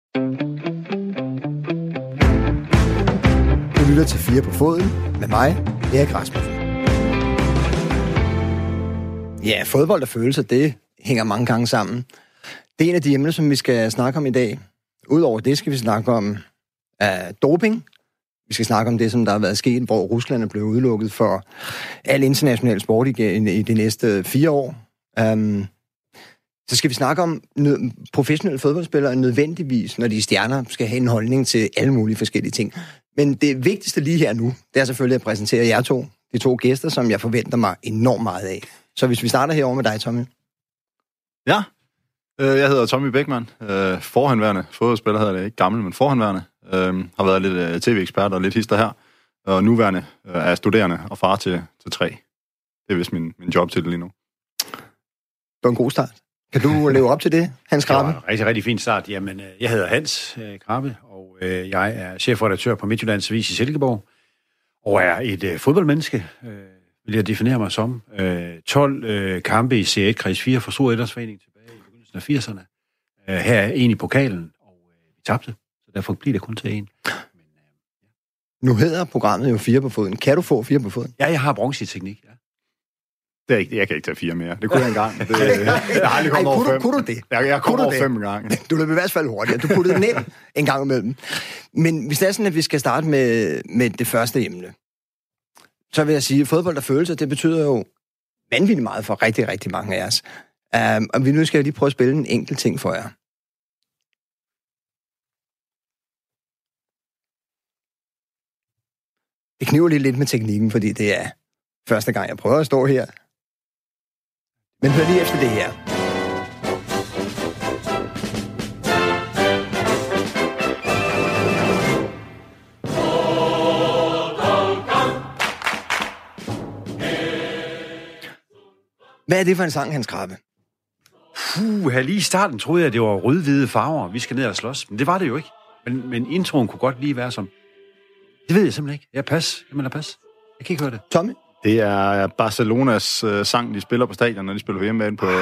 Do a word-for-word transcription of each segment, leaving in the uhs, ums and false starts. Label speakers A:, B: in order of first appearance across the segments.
A: Du lytter til Fire på Foden med mig, Erik Rasmussen. Ja, fodbold og følelser, det hænger mange gange sammen. Det er en af de emner, som vi skal snakke om i dag. Udover det skal vi snakke om uh, doping. Vi skal snakke om det, som der har været sket, hvor Rusland er blevet udelukket for al international sport i, i de næste fire år. Um, så skal vi snakke om nød, professionelle fodboldspillere nødvendigvis, når de er stjerner, skal have en holdning til alle mulige forskellige ting. Men det vigtigste lige her nu, det er selvfølgelig at præsentere jer to, de to gæster, som jeg forventer mig enormt meget af. Så hvis vi starter herovre med dig, Tommy.
B: Ja, jeg hedder Tommy Bækman, forhenværende fodboldspiller hedder det, ikke gammel, men forhenværende. Har været lidt tv-ekspert og lidt hister her, og nuværende er studerende og far til, til tre. Det er vist min, min job til det lige nu.
A: Det var en god start. Kan du leve op til det, Hans Krabbe?
C: Det var en rigtig, rigtig fin start. Jamen, jeg hedder Hans Krabbe, og jeg er chefredaktør på Midtjyllands Avis i Silkeborg, og er et fodboldmenneske, vil jeg definere mig som. tolv kampe i C et kreds fire for Struer Idrætsforening tilbage i begyndelsen af firserne. Her er en i pokalen, og vi tabte, så derfor bliver det kun til en. Men,
A: ja. Nu hedder programmet jo Fire på Foden. Kan du få fire på foden?
C: Ja, jeg har bronze i teknik, ja.
B: Det er ikke, jeg kan ikke tage fire mere. Det kunne jeg engang. Det, jeg har aldrig kommet over fem.
A: Kunne du det?
B: Jeg, jeg kom over fem gange.
A: Du løb i hvert fald hurtigt. Du puttede den ind en gang imellem. Men hvis det er sådan, at vi skal starte med, med det første emne, så vil jeg sige, at fodbold og følelser, det betyder jo vanvittigt meget for rigtig, rigtig mange af os. Um, og vi nu skal jeg lige prøve at spille en enkelt ting for jer. Det kniver lidt lidt med teknikken, fordi det er første gang, jeg prøver at stå her. Men hør lige efter det her. Hvad er det for en sang, Hans Krabbe?
C: Puh, her lige i starten troede jeg, det var rød-hvide farver, vi skal ned og slås. Men det var det jo ikke. Men, men introen kunne godt lige være som... Det ved jeg simpelthen ikke. Jeg pas. Jeg mener pas. Jeg kan ikke høre det.
A: Tommy?
B: Det er Barcelonas uh, sang, de spiller på stadion, når de spiller på hjemmebane på,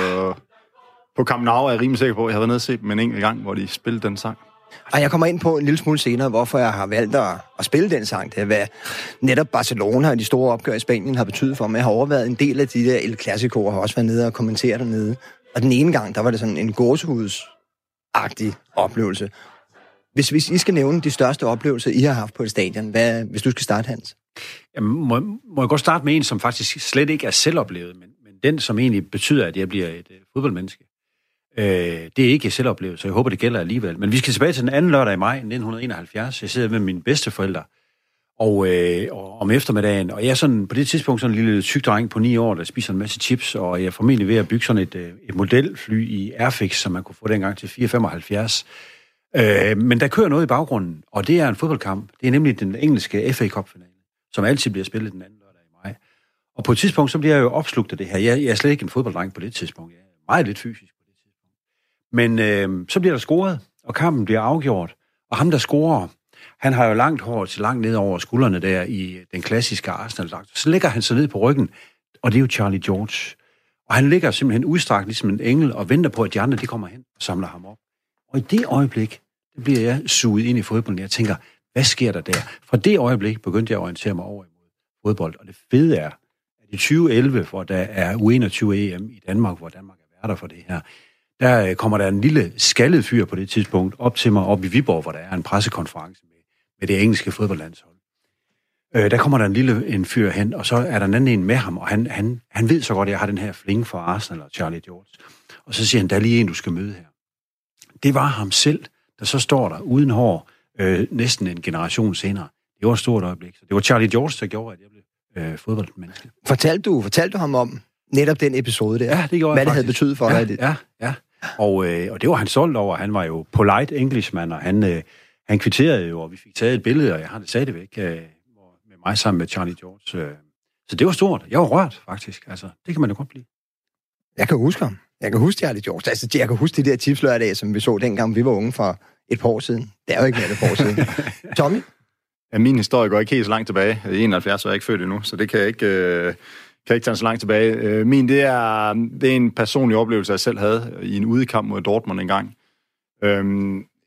B: på Camp Nou, er jeg rimelig sikker på. Jeg har været nede og set dem en enkelt gang, hvor de spillede den sang.
A: Og jeg kommer ind på en lille smule senere, hvorfor jeg har valgt at, at spille den sang. Det er, hvad netop Barcelona og de store opgør i Spanien har betydet for mig. Jeg har overvejet en del af de der El Clasico, og har også været nede og kommenteret dernede. Og den ene gang, der var det sådan en gåsehudsagtig oplevelse. Hvis, hvis I skal nævne de største oplevelser, I har haft på et stadion, hvad, hvis du skal starte, Hans?
C: Jamen, må, må jeg godt starte med en, som faktisk slet ikke er selvoplevet, men, men den, som egentlig betyder, at jeg bliver et uh, fodboldmenneske. Uh, det er ikke selvoplevet, så jeg håber, det gælder alligevel. Men vi skal tilbage til den anden lørdag i maj nitten enoghalvfjerds. Jeg sidder med mine bedsteforældre og, uh, og om eftermiddagen, og jeg er sådan, på det tidspunkt sådan en lille syg dreng på ni år, der spiser en masse chips, og jeg er formentlig ved at bygge sådan et, et modelfly i Airfix, som man kunne få dengang til fire komma femoghalvfjerds. Øh, men der kører noget i baggrunden, og det er en fodboldkamp. Det er nemlig den engelske F A Cup-finale, som altid bliver spillet den anden lørdag i maj. Og på et tidspunkt, så bliver jeg jo opslugt af det her. Jeg, jeg er slet ikke en fodbolddreng på det tidspunkt. Jeg er meget lidt fysisk på det tidspunkt. Men øh, så bliver der scoret, og kampen bliver afgjort. Og ham, der scorer, han har jo langt hår til langt ned over skuldrene der i den klassiske Arsenal-dragt. Så lægger han sig ned på ryggen, og det er jo Charlie George. Og han ligger simpelthen udstrakt ligesom en engel og venter på, at de andre de kommer hen og samler ham op. Og i det øjeblik, der bliver jeg suget ind i fodbolden. Jeg tænker, hvad sker der der? Fra det øjeblik begyndte jeg at orientere mig over imod fodbold. Og det fede er, at i tyve elleve, hvor der er U enogtyve E M i Danmark, hvor Danmark er værter for det her, der kommer der en lille skaldet fyr på det tidspunkt op til mig op i Viborg, hvor der er en pressekonference med, med det engelske fodboldlandshold. Øh, der kommer der en lille en fyr hen, og så er der en anden en med ham, og han, han, han ved så godt, at jeg har den her fling for Arsenal og Charlie George. Og så siger han, der er lige en, du skal møde her. Det var ham selv, der så står der uden hår, øh, næsten en generation senere. Det var et stort øjeblik. Så det var Charlie George, der gjorde, at jeg blev øh, fodboldmenneske.
A: Fortalte du, fortalte du ham om netop den episode der?
C: Ja, det gjorde
A: Hvad
C: jeg
A: det havde betydet for
C: ja,
A: dig?
C: Ja, ja. Og, øh, og det var han stolt over. Han var jo polite Englishman, og han, øh, han kvitterede jo, og vi fik taget et billede, og jeg har det stadigvæk øh, med mig sammen med Charlie George. Øh. Så det var stort. Jeg var rørt, faktisk. Altså, det kan man jo godt blive.
A: Jeg kan huske ham. Jeg kan huske Charlie George. Altså, jeg kan huske de der tipslørdage, som vi så dengang, vi var unge for et par år siden. Det er jo ikke mere et par år siden. Tommy?
B: Ja, min historie går ikke helt så langt tilbage. I enoghalvfjerds er jeg ikke født endnu, så det kan jeg ikke, øh, kan jeg ikke tage så langt tilbage. Øh, min, det er, det er en personlig oplevelse, jeg selv havde i en udekamp mod Dortmund engang. Øh,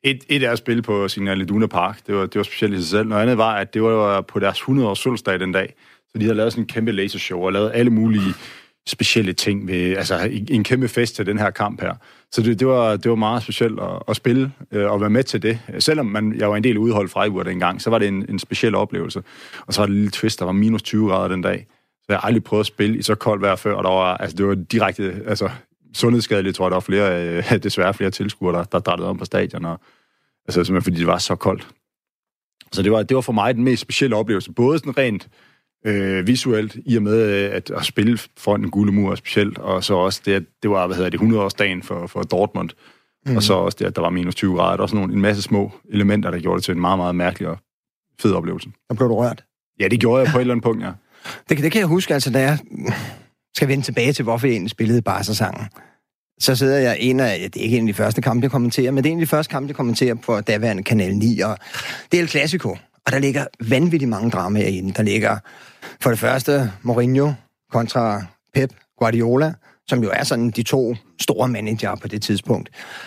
B: Et, et er at spille på Signal Iduna Park. Det var, det var specielt i sig selv. Noget andet var, at det var på deres hundrede-års fødselsdag den dag. Så de havde lavet sådan en kæmpe lasershow og lavet alle mulige specielle ting ved, altså en kæmpe fest til den her kamp her. Så det, det, var, det var meget specielt at, at spille øh, og være med til det. Selvom man, jeg var en del udhold Freiburg dengang, så var det en, en speciel oplevelse. Og så var det en lille twist, der var minus tyve grader den dag. Så jeg har aldrig prøvet at spille i så koldt vejr før, og der var, altså, det var direkte altså, sundhedsskadeligt, tror jeg, der var flere, øh, desværre flere tilskuere, der, der drættede om på stadion, og, altså simpelthen fordi det var så koldt. Så det var, det var for mig den mest specielle oplevelse, både sådan rent Øh, visuelt, i og med at, at spille foran en gule mur specielt, og så også det, at det var, hvad hedder det, hundrede-årsdagen for, for Dortmund, mm. og så også det, at der var minus tyve grader. Der var også nogle, en masse små elementer, der gjorde det til en meget, meget mærkelig og fed oplevelse.
A: Og blev du rørt?
B: Ja, det gjorde jeg på et eller andet punkt, ja.
A: Det, det kan jeg huske, altså, da jeg skal vende tilbage til, hvorfor jeg egentlig spillede Barca-sangen. Så sidder jeg en af, ja, det er ikke en af de første kampe, jeg kommenterer, men det er en af de første kampe, jeg kommenterer på daværende Kanal ni, og det er El Clasico. Og der ligger vanvittigt mange dramaer inde. Der ligger for det første Mourinho kontra Pep Guardiola, som jo er sådan de to store manager på det tidspunkt.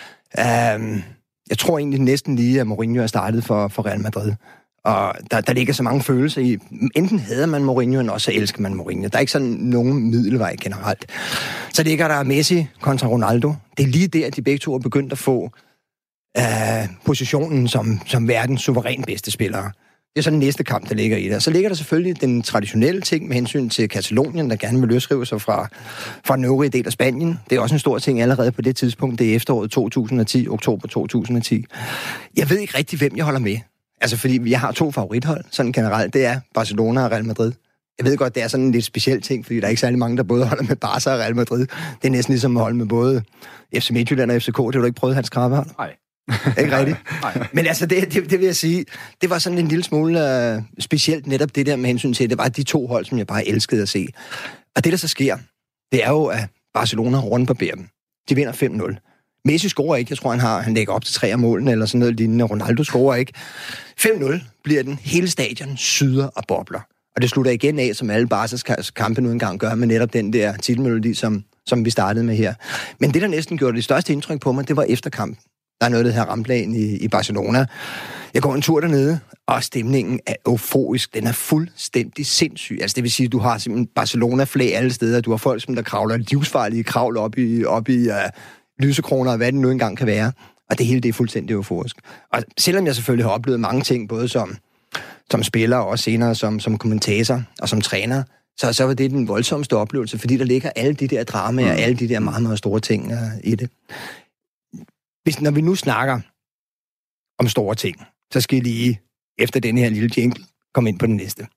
A: Um, jeg tror egentlig næsten lige, at Mourinho er startet for, for Real Madrid. Og der, der ligger så mange følelser i. Enten hader man Mourinho, eller også elsker man Mourinho. Der er ikke sådan nogen middelvej generelt. Så ligger der Messi kontra Ronaldo. Det er lige der, at de begge to er begyndt at få uh, positionen som, som verdens suveræn bedste spillere. Det er så den næste kamp, der ligger i det. Så ligger der selvfølgelig den traditionelle ting med hensyn til Katalonien, der gerne vil løsrive sig fra, fra den øvrige del af Spanien. Det er også en stor ting allerede på det tidspunkt. Det er efteråret to tusind og ti, oktober to tusind og ti. Jeg ved ikke rigtig, hvem jeg holder med. Altså, fordi jeg har to favorithold, sådan generelt. Det er Barcelona og Real Madrid. Jeg ved godt, det er sådan en lidt speciel ting, fordi der er ikke særlig mange, der både holder med Barca og Real Madrid. Det er næsten ligesom at holde med både F C Midtjylland og F C K. Det har du ikke prøvet, Hans Krabbe?
C: Nej.
A: Ikke rigtigt? Nej. Men altså, det, det, det vil jeg sige, det var sådan en lille smule uh, specielt netop det der med hensyn til, det var de to hold, som jeg bare elskede at se. Og det, der så sker, det er jo, at Barcelona rundbarberer dem. De vinder fem nul. Messi scorer ikke. Jeg tror, han har han lægger op til tre af målene, eller sådan noget lignende. Ronaldo scorer ikke. fem nul bliver den. Hele stadion syder og bobler. Og det slutter igen af, som alle Barca's kampe nu engang gør, med netop den der titelmelodi, som, som vi startede med her. Men det, der næsten gjorde det største indtryk på mig, det var efterkampen. Der er noget af det her ramplan i, i Barcelona. Jeg går en tur dernede, og stemningen er euforisk. Den er fuldstændig sindssyg. Altså det vil sige, at du har simpelthen Barcelona-flag alle steder. Du har folk, som der kravler livsfarlige kravl op i, op i uh, lysekroner, og hvad det nu engang kan være. Og det hele, det er fuldstændig euforisk. Og selvom jeg selvfølgelig har oplevet mange ting, både som, som spiller og også senere som, som kommentator og som træner, så, så var det den voldsomste oplevelse, fordi der ligger alle de der dramaer, mm. alle de der meget, meget store ting uh, i det. Hvis, når vi nu snakker om store ting, så skal I lige, efter den her lille jingle, komme ind på den næste.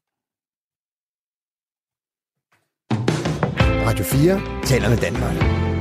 A: Radio fire taler med Danmark.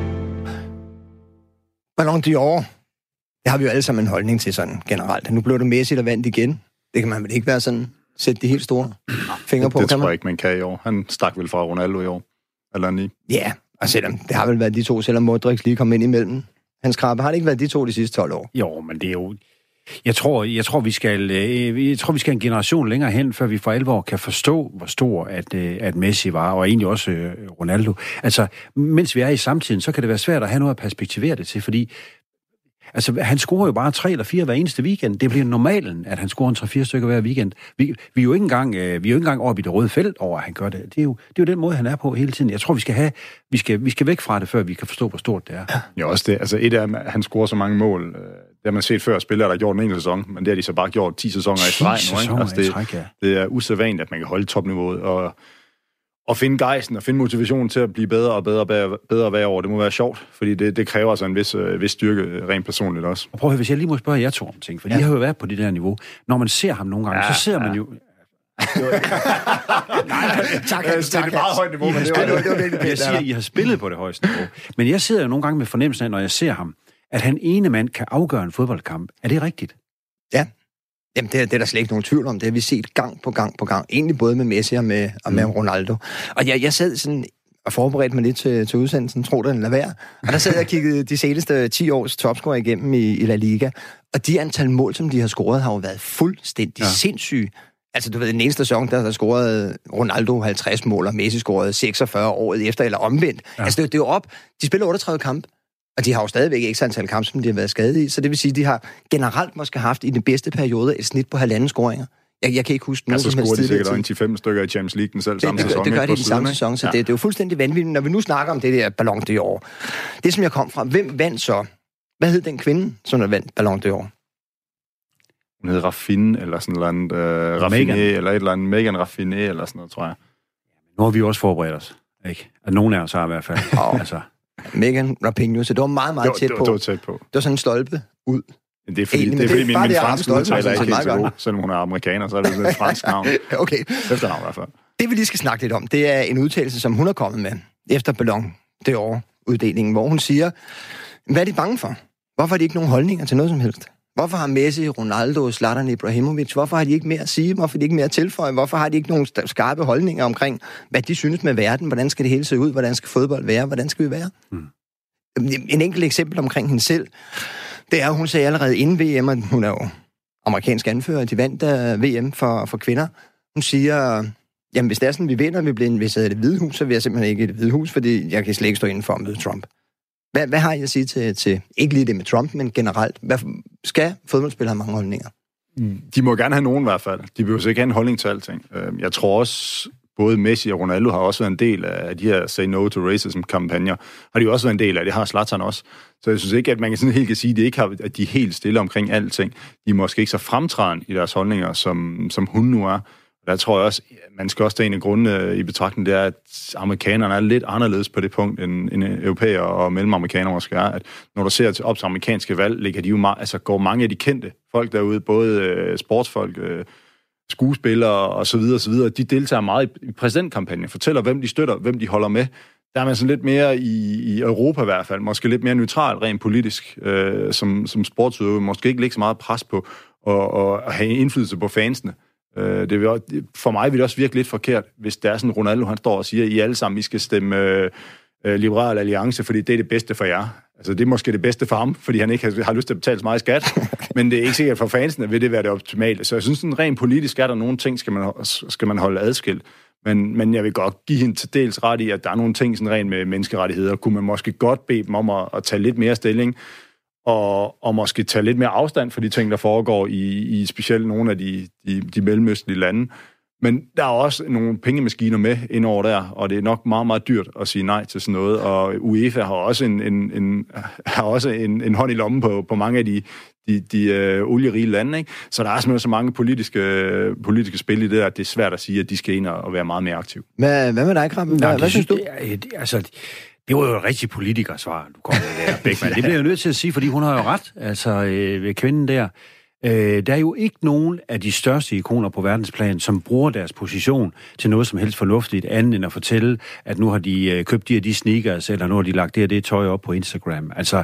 A: Ballon d'Or, det har vi jo alle sammen en holdning til sådan generelt. Nu blev det Messi, der vandt igen. Det kan man vel ikke være sådan, sætte de helt store fingre på,
B: det, det
A: kan man?
B: tror jeg ikke, man kan i år. Han stak vel fra Ronaldo i år. Eller ni.
A: Ja, og selvom det har vel været de to, selvom Modric lige kom ind imellem. Hans Krabbe, har det ikke været de to de sidste tolv år?
C: Jo, men det er jo... Jeg tror, jeg tror, vi skal, jeg tror, vi skal en generation længere hen, før vi for alvor kan forstå, hvor stor at, at Messi var, og egentlig også Ronaldo. Altså, mens vi er i samtiden, så kan det være svært at have noget at perspektivere det til, fordi altså, han scorer jo bare tre eller fire hver eneste weekend. Det bliver normalen, at han scorer en tre fire stykker hver weekend. Vi, vi er jo ikke engang, vi er jo ikke engang over i det røde felt over, at han gør det. Det er, jo, det er jo den måde, han er på hele tiden. Jeg tror, vi skal have, vi skal, vi skal væk fra det, før vi kan forstå, hvor stort det er.
B: Ja, også det. Altså, et af at han scorer så mange mål. Det har man set før spillere, der har gjort en enkelt sæson, men det har de så bare gjort ti sæsoner i streg nu, ikke? Altså, det, i træk, ja. Det er usædvanligt, at man kan holde topniveauet og Og finde gejsten og finde motivationen til at blive bedre og bedre og bedre, bedre hver år. Det må være sjovt, fordi det, det kræver altså en vis, øh, vis styrke rent personligt også.
C: Og prøv at høre, hvis jeg lige må spørge jer to om ting, for ja. I har jo været på det der niveau. Når man ser ham nogle gange, ja, så ser man ja. jo...
A: Nej, tak, Hans, tak,
B: det er meget højt niveau, men det
C: var, det var, det var virkelig, jeg siger, at I har spillet på det højeste niveau. Men jeg sidder jo nogle gange med fornemmelsen af, når jeg ser ham, at han ene mand kan afgøre en fodboldkamp. Er det rigtigt?
A: Ja. Jamen, det er, det er der slet ikke nogen tvivl om. Det har vi set gang på gang på gang. Egentlig både med Messi og med, og med mm. Ronaldo. Og jeg, jeg sad sådan og forberedte mig lidt til, til udsendelsen, tro det eller være. Og der sad jeg og kiggede de seneste ti års topscorer igennem i, i La Liga. Og de antal mål, som de har scoret, har jo været fuldstændig ja. sindssyge. Altså, du ved, den eneste sæson, der har scoret Ronaldo halvtreds mål, og Messi scorede seksogfyrre året efter, eller omvendt. Ja. Altså, det, det er jo op. De spiller otteogtredive kampe. Og de har jo stadigvæk ikke så antal kampe, som de har været skadet i. Så det vil sige, at de har generelt måske haft i den bedste periode et snit på halvanden scoringer. Jeg, jeg kan ikke huske nogen
B: ja,
A: som helst tidligere.
B: Så scorer de sikkert ti fem stykker i Champions League den selv samme
A: det,
B: sæson.
A: Det gør de i den samme sæson, så ja. det, det er jo fuldstændig vanvittigt. Når vi nu snakker om det der Ballon d'Or, det som jeg kom fra, hvem vandt så? Hvad hed den kvinde, som der vandt Ballon d'Or?
B: Hun hed Raffine, eller sådan noget andet, uh, Raffiné, eller et eller andet, Megan Raffiné, eller sådan noget, tror jeg.
C: Nu har vi også forberedt os, ikke? At nogen af os har i hvert fald.
A: Oh.
C: altså.
A: Megan Rapinoe, så det var meget, meget tæt
B: det,
A: på.
B: Det var tæt på.
A: Det var sådan en stolpe ud.
B: Det er fordi, Egentlig, det er, fordi det, min, min franske udtaler ikke helt så god.
A: Godt.
B: Selvom hun er amerikaner, så er det sådan et fransk navn.
A: Okay.
B: Efternavn i hvert fald.
A: Det vi lige skal snakke lidt om, det er en udtalelse, som hun er kommet med efter Ballon d'Or-uddelingen, hvor hun siger, hvad er de bange for? Hvorfor har de ikke nogen holdninger til noget som helst? Hvorfor har Messi, Ronaldo, Zlatan Ibrahimovic, hvorfor har de ikke mere at sige? Hvorfor har de ikke mere at tilføje? Hvorfor har de ikke nogen skarpe holdninger omkring, hvad de synes med verden? Hvordan skal det hele se ud? Hvordan skal fodbold være? Hvordan skal vi være? Mm. En enkelt eksempel omkring hende selv, det er, hun sagde allerede inden V M, og hun er jo amerikansk anfører, de vandt uh, V M for, for kvinder. Hun siger, jamen hvis det er sådan, vi vinder, vi bliver investeret i Det Hvide Hus, så vil jeg simpelthen ikke i Det Hvide Hus, fordi jeg kan slet ikke stå inden for at møde Trump. Hvad, hvad har jeg at sige til, til, ikke lige det med Trump, men generelt, hvad, skal fodboldspillere have mange holdninger?
B: De må gerne have nogen i hvert fald. De vil jo ikke have en holdning til alting. Jeg tror også, både Messi og Ronaldo har også været en del af de her Say No to Racism-kampagner. Har de jo også været en del af. Det har Zlatan også. Så jeg synes ikke, at man kan sådan helt kan sige, at, de ikke har, at de er helt stille omkring alting. De er måske ikke så fremtrædende i deres holdninger, som, som hun nu er. Der tror jeg også, man skal også tage en af grundene i betragtning, det er, at amerikanerne er lidt anderledes på det punkt, end, end europæer og mellemamerikanere måske er. At når du ser til op til amerikanske valg, ligger de jo meget, altså går mange af de kendte folk derude, både øh, sportsfolk, øh, skuespillere og så videre, og så videre, de deltager meget i præsidentkampagnen, fortæller, hvem de støtter, hvem de holder med. Der er man sådan lidt mere i, i Europa i hvert fald, måske lidt mere neutral, rent politisk, øh, som, som sportsudøver, måske ikke lægge så meget pres på og, og, og have indflydelse på fansene. Øh, det vil også, for mig vil det også virke lidt forkert, hvis der er sådan, Ronaldo han står og siger, I alle sammen, I skal stemme øh, Liberal Alliance, fordi det er det bedste for jer. Altså, det er måske det bedste for ham, fordi han ikke har, har lyst til at betale så meget i skat, men det er ikke sikkert for fansene, vil det være det optimale. Så jeg synes, sådan rent politisk er der nogle ting, skal man, skal man holde adskilt. Men, men jeg vil godt give hende til dels ret i, at der er nogle ting sådan rent med menneskerettigheder. Kunne man måske godt bede dem om at, at tage lidt mere stilling, og, og måske tage lidt mere afstand for de ting, der foregår i, i specielt nogle af de, de, de mellemøstlige lande. Men der er også nogle pengemaskiner med indover der, og det er nok meget, meget dyrt at sige nej til sådan noget. Og UEFA har også en, en, en, har også en, en hånd i lommen på, på mange af de, de, de uh, olierige lande. Ikke? Så der er simpelthen så mange politiske, politiske spil i det, at det er svært at sige, at de skal ind og være meget mere aktive.
A: Hvad, hvad med dig, Krabbe? Hvad, hvad synes du?
C: Det, er, altså, det var jo et rigtig politikersvar, du kom med der, Beckmann. Det bliver jeg nødt til at sige, fordi hun har jo ret, altså øh, ved kvinden der. Øh, der er jo ikke nogen af de største ikoner på verdensplan, som bruger deres position til noget som helst fornuftigt, andet end at fortælle, at nu har de øh, købt de her de sneakers, eller nu har de lagt det her det tøj op på Instagram. Altså,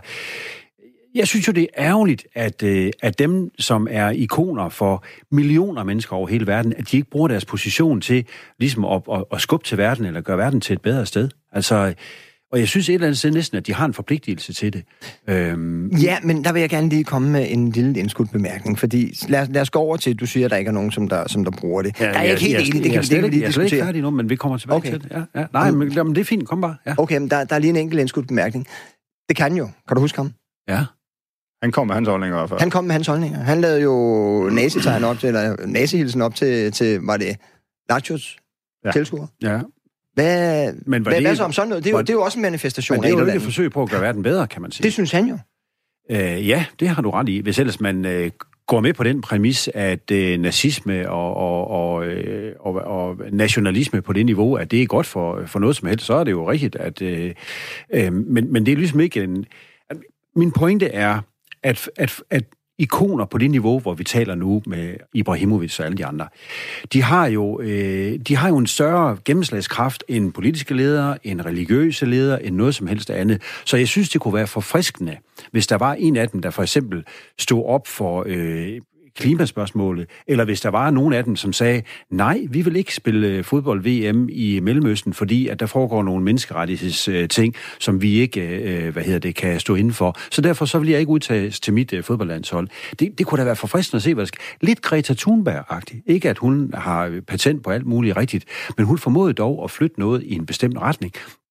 C: jeg synes jo, det er ærgerligt, at, øh, at dem, som er ikoner for millioner af mennesker over hele verden, at de ikke bruger deres position til ligesom at, at, at skubbe til verden, eller gøre verden til et bedre sted. Altså... Og jeg synes et eller andet sted næsten, at de har en forpligtelse til det. Øhm...
A: Ja, men der vil jeg gerne lige komme med en lille indskudt bemærkning, fordi lad, lad os gå over til, at du siger, at der ikke er nogen, som der, som der bruger det. Ja, der er jeg, ikke helt enig, det kan vi lige diskutere. Jeg er slet ikke færdig nu, men vi kommer tilbage okay. til det. Ja, ja. Nej, men, men det er fint, kom bare. Ja. Okay, men der, der er lige en enkelt indskudt bemærkning. Det kan jo. Kan du huske ham?
C: Ja.
B: Han kom med hans holdninger i hvert fald.
A: Han kom med hans holdninger. Han lavede jo nazitegn op til, eller nazihilsen op til, til var det Lazios ja. tilskuer? Ja. Hvad, men hvad, det, hvad så om sådan noget? Det er, jo, det er jo også en manifestation.
C: Men det er jo ikke et forsøg på at gøre verden bedre, kan man sige.
A: Det synes han jo.
C: Øh, ja, det har du ret i. Hvis ellers man øh, går med på den præmis, at øh, nazisme og, og, og, øh, og, og nationalisme på det niveau, at det er godt for, for noget som helst, så er det jo rigtigt. At, øh, øh, men, men det er ligesom ikke en... At, min pointe er, at, at, at ikoner på det niveau, hvor vi taler nu med Ibrahimovic og alle de andre, de har jo, øh, de har jo en større gennemslagskraft end politiske ledere, end religiøse ledere, end noget som helst andet. Så jeg synes, det kunne være forfriskende, hvis der var en af dem, der for eksempel stod op for øh, klimaspørgsmålet, eller hvis der var nogen af dem, som sagde, nej, vi vil ikke spille fodbold-V M i Mellemøsten, fordi at der foregår nogle menneskerettighedsting, som vi ikke øh, hvad hedder det, kan stå inden for. Så derfor så vil jeg ikke udtages til mit øh, fodboldlandshold. Det, det kunne da være forfriskende at se, hvad det skal. Lidt Greta Thunberg-agtigt. Ikke at hun har patent på alt muligt rigtigt, men hun formåede dog at flytte noget i en bestemt retning.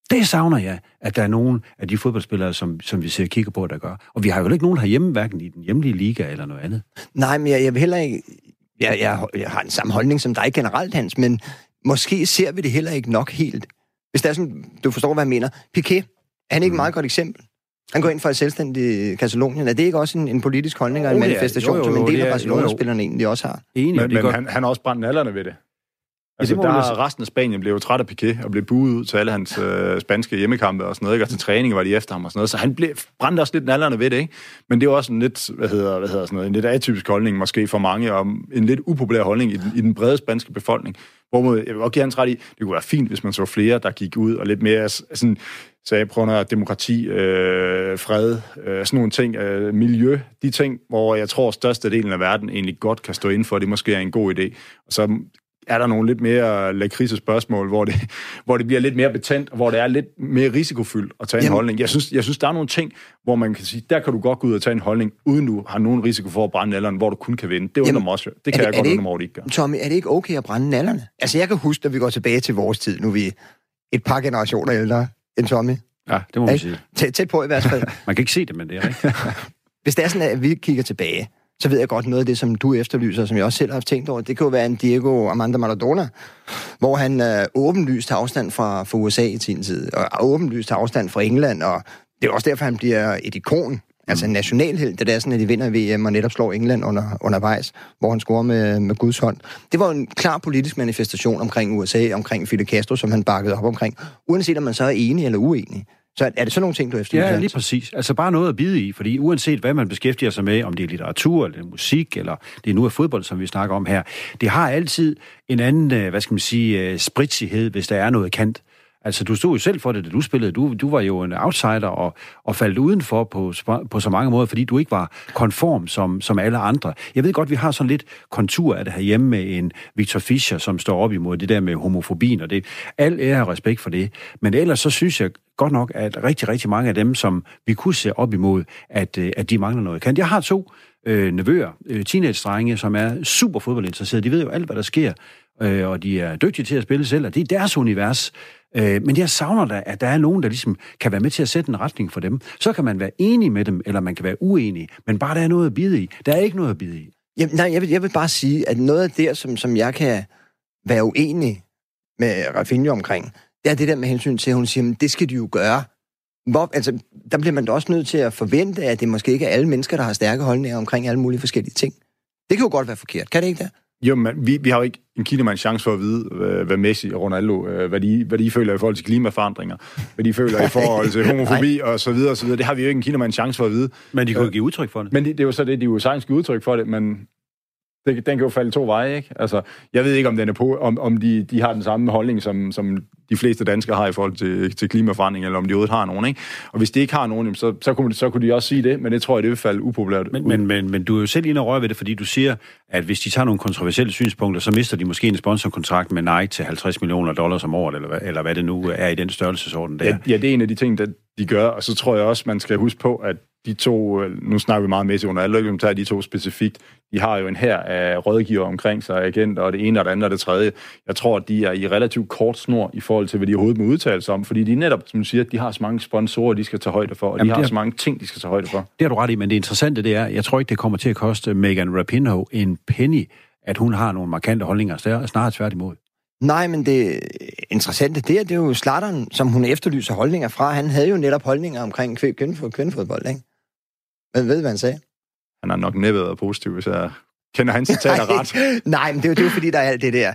C: Det savner jeg, at der er nogen af de fodboldspillere, som, som vi ser kigger på, der gør. Og vi har jo ikke nogen herhjemme, hverken i den hjemlige liga eller noget andet.
A: Nej, men jeg, jeg vil heller ikke... Jeg, jeg, jeg har en samme holdning som dig generelt, Hans, men måske ser vi det heller ikke nok helt. Hvis det er sådan, du forstår, hvad jeg mener. Piqué, er han ikke et meget godt eksempel? Han går ind for et selvstændigt Katalonien. Er det ikke også en, en politisk holdning og en manifestation, jo, jo, jo, som en del af Barcelona-spillerne egentlig også har?
B: Enig, men men han, han har også brændt nallerne ved det. Altså, ja, der resten af Spanien blev jo træt af Piqué og blev buet ud til alle hans øh, spanske hjemmekampe og sådan noget, ikke? Og til træning var de efter ham og sådan noget, så han blev, brændte også lidt nallerne ved det, ikke? Men det er jo også en lidt, hvad hedder, hvad hedder sådan noget, en lidt atypisk holdning måske for mange, og en lidt upopulær holdning i den, i den brede spanske befolkning. Hvorimod, jeg vil også give hans ret i, det kunne være fint, hvis man så flere, der gik ud og lidt mere sådan, sagde, prøv noget demokrati, øh, fred, øh, sådan nogle ting, øh, miljø, de ting, hvor jeg tror, størstedelen af verden egentlig godt kan stå inden for, det måske er en god idé. Og så er der nogle lidt mere lakridse spørgsmål, hvor det, hvor det bliver lidt mere betændt, og hvor det er lidt mere risikofyldt at tage en Jamen. holdning. Jeg synes, jeg synes, der er nogle ting, hvor man kan sige, der kan du godt gå ud og tage en holdning, uden du har nogen risiko for at brænde nallerne, hvor du kun kan vinde. Det undrer mig også. Det kan det, jeg godt undre mig, de ikke gør.
A: Tommy, er det ikke okay at brænde nallerne? Altså, jeg kan huske, at vi går tilbage til vores tid, nu er vi et par generationer ældre end Tommy.
C: Ja, det må man sige.
A: Tæt, tæt på i hvert fald.
C: Man kan ikke se det, men det er rigtigt.
A: Hvis det er sådan, at vi kigger tilbage, så ved jeg godt noget af det, som du efterlyser, som jeg også selv har tænkt over. Det kan jo være en Diego Armando Maradona, hvor han øh, åbenlyst tager afstand fra, fra U S A i sin tid, og åbenlyst tager afstand fra England, og det er også derfor, han bliver et ikon, altså en nationalhelt. Det er sådan, at de vinder V M og netop slår England under, undervejs, hvor han scorer med, med Guds hånd. Det var en klar politisk manifestation omkring U S A, omkring Fidel Castro, som han bakkede op omkring, uanset om man så er enig eller uenig. Så er det sådan nogle ting, du efterlyser?
C: Ja, lige præcis. Altså bare noget at bide i, fordi uanset hvad man beskæftiger sig med, om det er litteratur, eller musik, eller det er nu af fodbold, som vi snakker om her, det har altid en anden, hvad skal man sige, spritsighed, hvis der er noget kant. Altså, du stod jo selv for det, da du spillede. Du, du var jo en outsider og, og faldt udenfor på, på så mange måder, fordi du ikke var konform som, som alle andre. Jeg ved godt, vi har sådan lidt kontur af det herhjemme med en Victor Fischer, som står op imod det der med homofobien, og det. Al ære og respekt for det. Men ellers så synes jeg godt nok, at rigtig, rigtig mange af dem, som vi kunne se op imod, at, at de mangler noget kant. Jeg har to øh, nevøer, øh, teenage-drenge, som er super fodboldinteresserede. De ved jo alt, hvad der sker, øh, og de er dygtige til at spille selv, og det er deres univers. Men jeg savner da, at der er nogen, der ligesom kan være med til at sætte en retning for dem. Så kan man være enig med dem, eller man kan være uenig, men bare der er noget at bide i. Der er ikke noget at bide i.
A: Jamen, nej, jeg vil, jeg vil bare sige, at noget af det, som, som jeg kan være uenig med Rafinha omkring, det er det der med hensyn til, at hun siger, det skal de jo gøre. Hvor, altså, der bliver man da også nødt til at forvente, at det måske ikke er alle mennesker, der har stærke holdninger omkring alle mulige forskellige ting. Det kan jo godt være forkert, kan det ikke det?
B: Jo, men vi, vi har jo ikke en kinamands chance for at vide, hvad Messi og Ronaldo, hvad de, hvad de føler i forhold til klimaforandringer, hvad de føler i forhold til homofobi og så videre og så videre. Det har vi jo ikke en kinamands chance for at vide.
C: Men de kan jo give udtryk for det.
B: Men det, det er jo så det, de jo sagtens give udtryk for det, men det, den kan jo falde to veje, ikke? Altså, jeg ved ikke, om, den er på, om, om de, de har den samme holdning, som, som de fleste danskere har i forhold til, til klimaforandring, eller om de overhovedet har nogen, ikke? Og hvis de ikke har nogen, så, så, kunne, så kunne de også sige det, men det tror jeg, det vil falde upopulært.
C: Men, men, men, men du er jo selv inde og røre ved det, fordi du siger, at hvis de tager nogle kontroversielle synspunkter, så mister de måske en sponsorkontrakt med Nike til halvtreds millioner dollars om året, eller hvad, eller hvad det nu er i den størrelsesorden der.
B: Ja, ja, det er en af de ting, der de gør, og så tror jeg også, man skal huske på, at de to, nu snakker vi meget Messi under alle, tager de to specifikt, de har jo en her af rådgiver omkring sig, agenter, og det ene og det andet og det tredje. Jeg tror, at de er i relativt kort snor i forhold til, hvad de overhovedet må udtale sig om, fordi de netop, som du siger, de har så mange sponsorer, de skal tage højde for, og Jamen, de har er, så mange ting, de skal tage højde for.
C: Det har du ret i, men det interessante det er, jeg tror ikke, det kommer til at koste Megan Rapinoe en penny, at hun har nogle markante holdninger, snart tværtimod. Nej,
A: men det interessante der, det er jo Zlatan, som hun efterlyser holdninger fra. Han havde jo netop holdninger omkring kvindefodbold, ikke? Men ved hvad han sagde?
B: Han har nok næppe været positiv, hvis jeg kender hans citater ret.
A: Nej, men det er jo, det er jo fordi, der er alt det der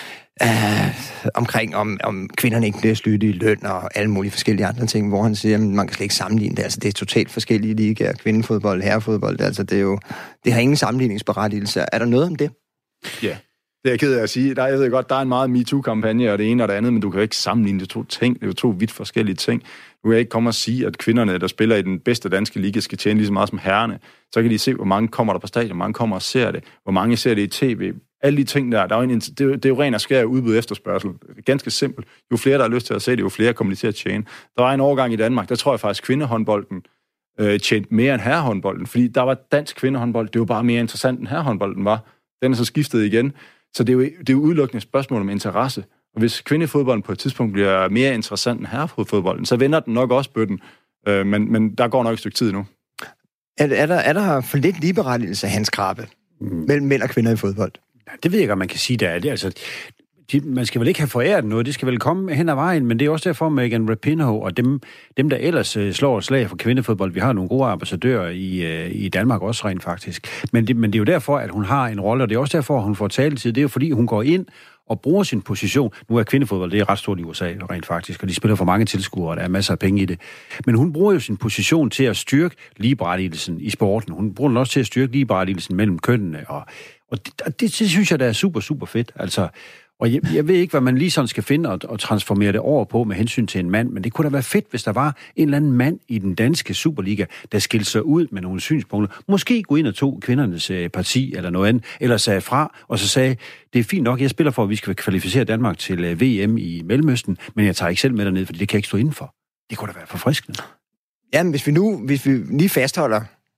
A: øh, omkring, om, om kvinderne ikke bliver slyttet i løn og alle mulige forskellige andre ting, hvor han siger, at man kan slet ikke sammenligne det. Altså, det er totalt forskellige ligaer. Kvindefodbold, herrefodbold, altså det er jo, det har ingen sammenligningsberettigelse. Er der noget om det?
B: Ja. Yeah. Det er jeg ked af at sige. Der, jeg ved godt, der er en meget MeToo-kampagne, og det ene og det andet, men du kan jo ikke sammenligne de to ting. Det er jo to vidt forskellige ting. Du kan ikke komme og sige, at kvinderne, der spiller i den bedste danske liga, skal tjene lige så meget som herrerne. Så kan de se, hvor mange kommer der på stadion, hvor mange kommer og ser det, hvor mange ser det i tv. Alle de ting der, der er jo en, det, er jo, det er jo ren og skær udbud efterspørgsel. Ganske simpelt. Jo flere, der har lyst til at se det, jo flere kommer de til at tjene. Der var en overgang i Danmark, der tror jeg faktisk, kvindehåndbolden øh, tjente mere end herrehåndbolden, fordi der var dansk kvindehåndbold, det var bare mere interessant, end herrehåndbolden var. Den er så skiftet igen. Så det er, jo, det er jo udelukkende et spørgsmål om interesse. Og hvis kvindefodbolden på et tidspunkt bliver mere interessant end herrefodbolden, så vender den nok også bøtten. Øh, men, men der går nok et stykke tid nu.
A: Er, er, der, er der for lidt ligeberettigelse, Hans Krabbe, mm. mellem mænd og kvinder i fodbold?
C: Ja, det ved jeg ikke, om man kan sige, der er det. Altså, de, man skal vel ikke have foræret noget, det skal vel komme hen ad vejen, men det er også derfor, Megan Rapinoe og dem, dem der ellers uh, slår et slag for kvindefodbold, vi har nogle gode ambassadører i, uh, i Danmark også rent faktisk. Men det, men det er jo derfor, at hun har en rolle, og det er også derfor, at hun får taletid. Det er jo fordi, hun går ind og bruger sin position. Nu er kvindefodbold, det er ret stort i U S A rent faktisk, og de spiller for mange tilskuere, og der er masser af penge i det. Men hun bruger jo sin position til at styrke ligeberettigelsen i sporten. Hun bruger den også til at styrke ligeberettigelsen mellem kønnene, og, og det, det, det synes jeg, der er super, super fedt. Altså, og jeg, jeg ved ikke, hvad man lige sådan skal finde og, og transformere det over på med hensyn til en mand, men det kunne da være fedt, hvis der var en eller anden mand i den danske Superliga, der skilte sig ud med nogle synspunkter. Måske gå ind og tog kvindernes øh, parti eller noget andet, eller sagde fra, og så sagde, det er fint nok, jeg spiller for, at vi skal kvalificere Danmark til øh, V M i Mellemøsten, men jeg tager ikke selv med derned, for det kan jeg ikke stå indenfor. Det kunne da være forfriskende.
A: Jamen, hvis vi nu hvis vi lige fastholder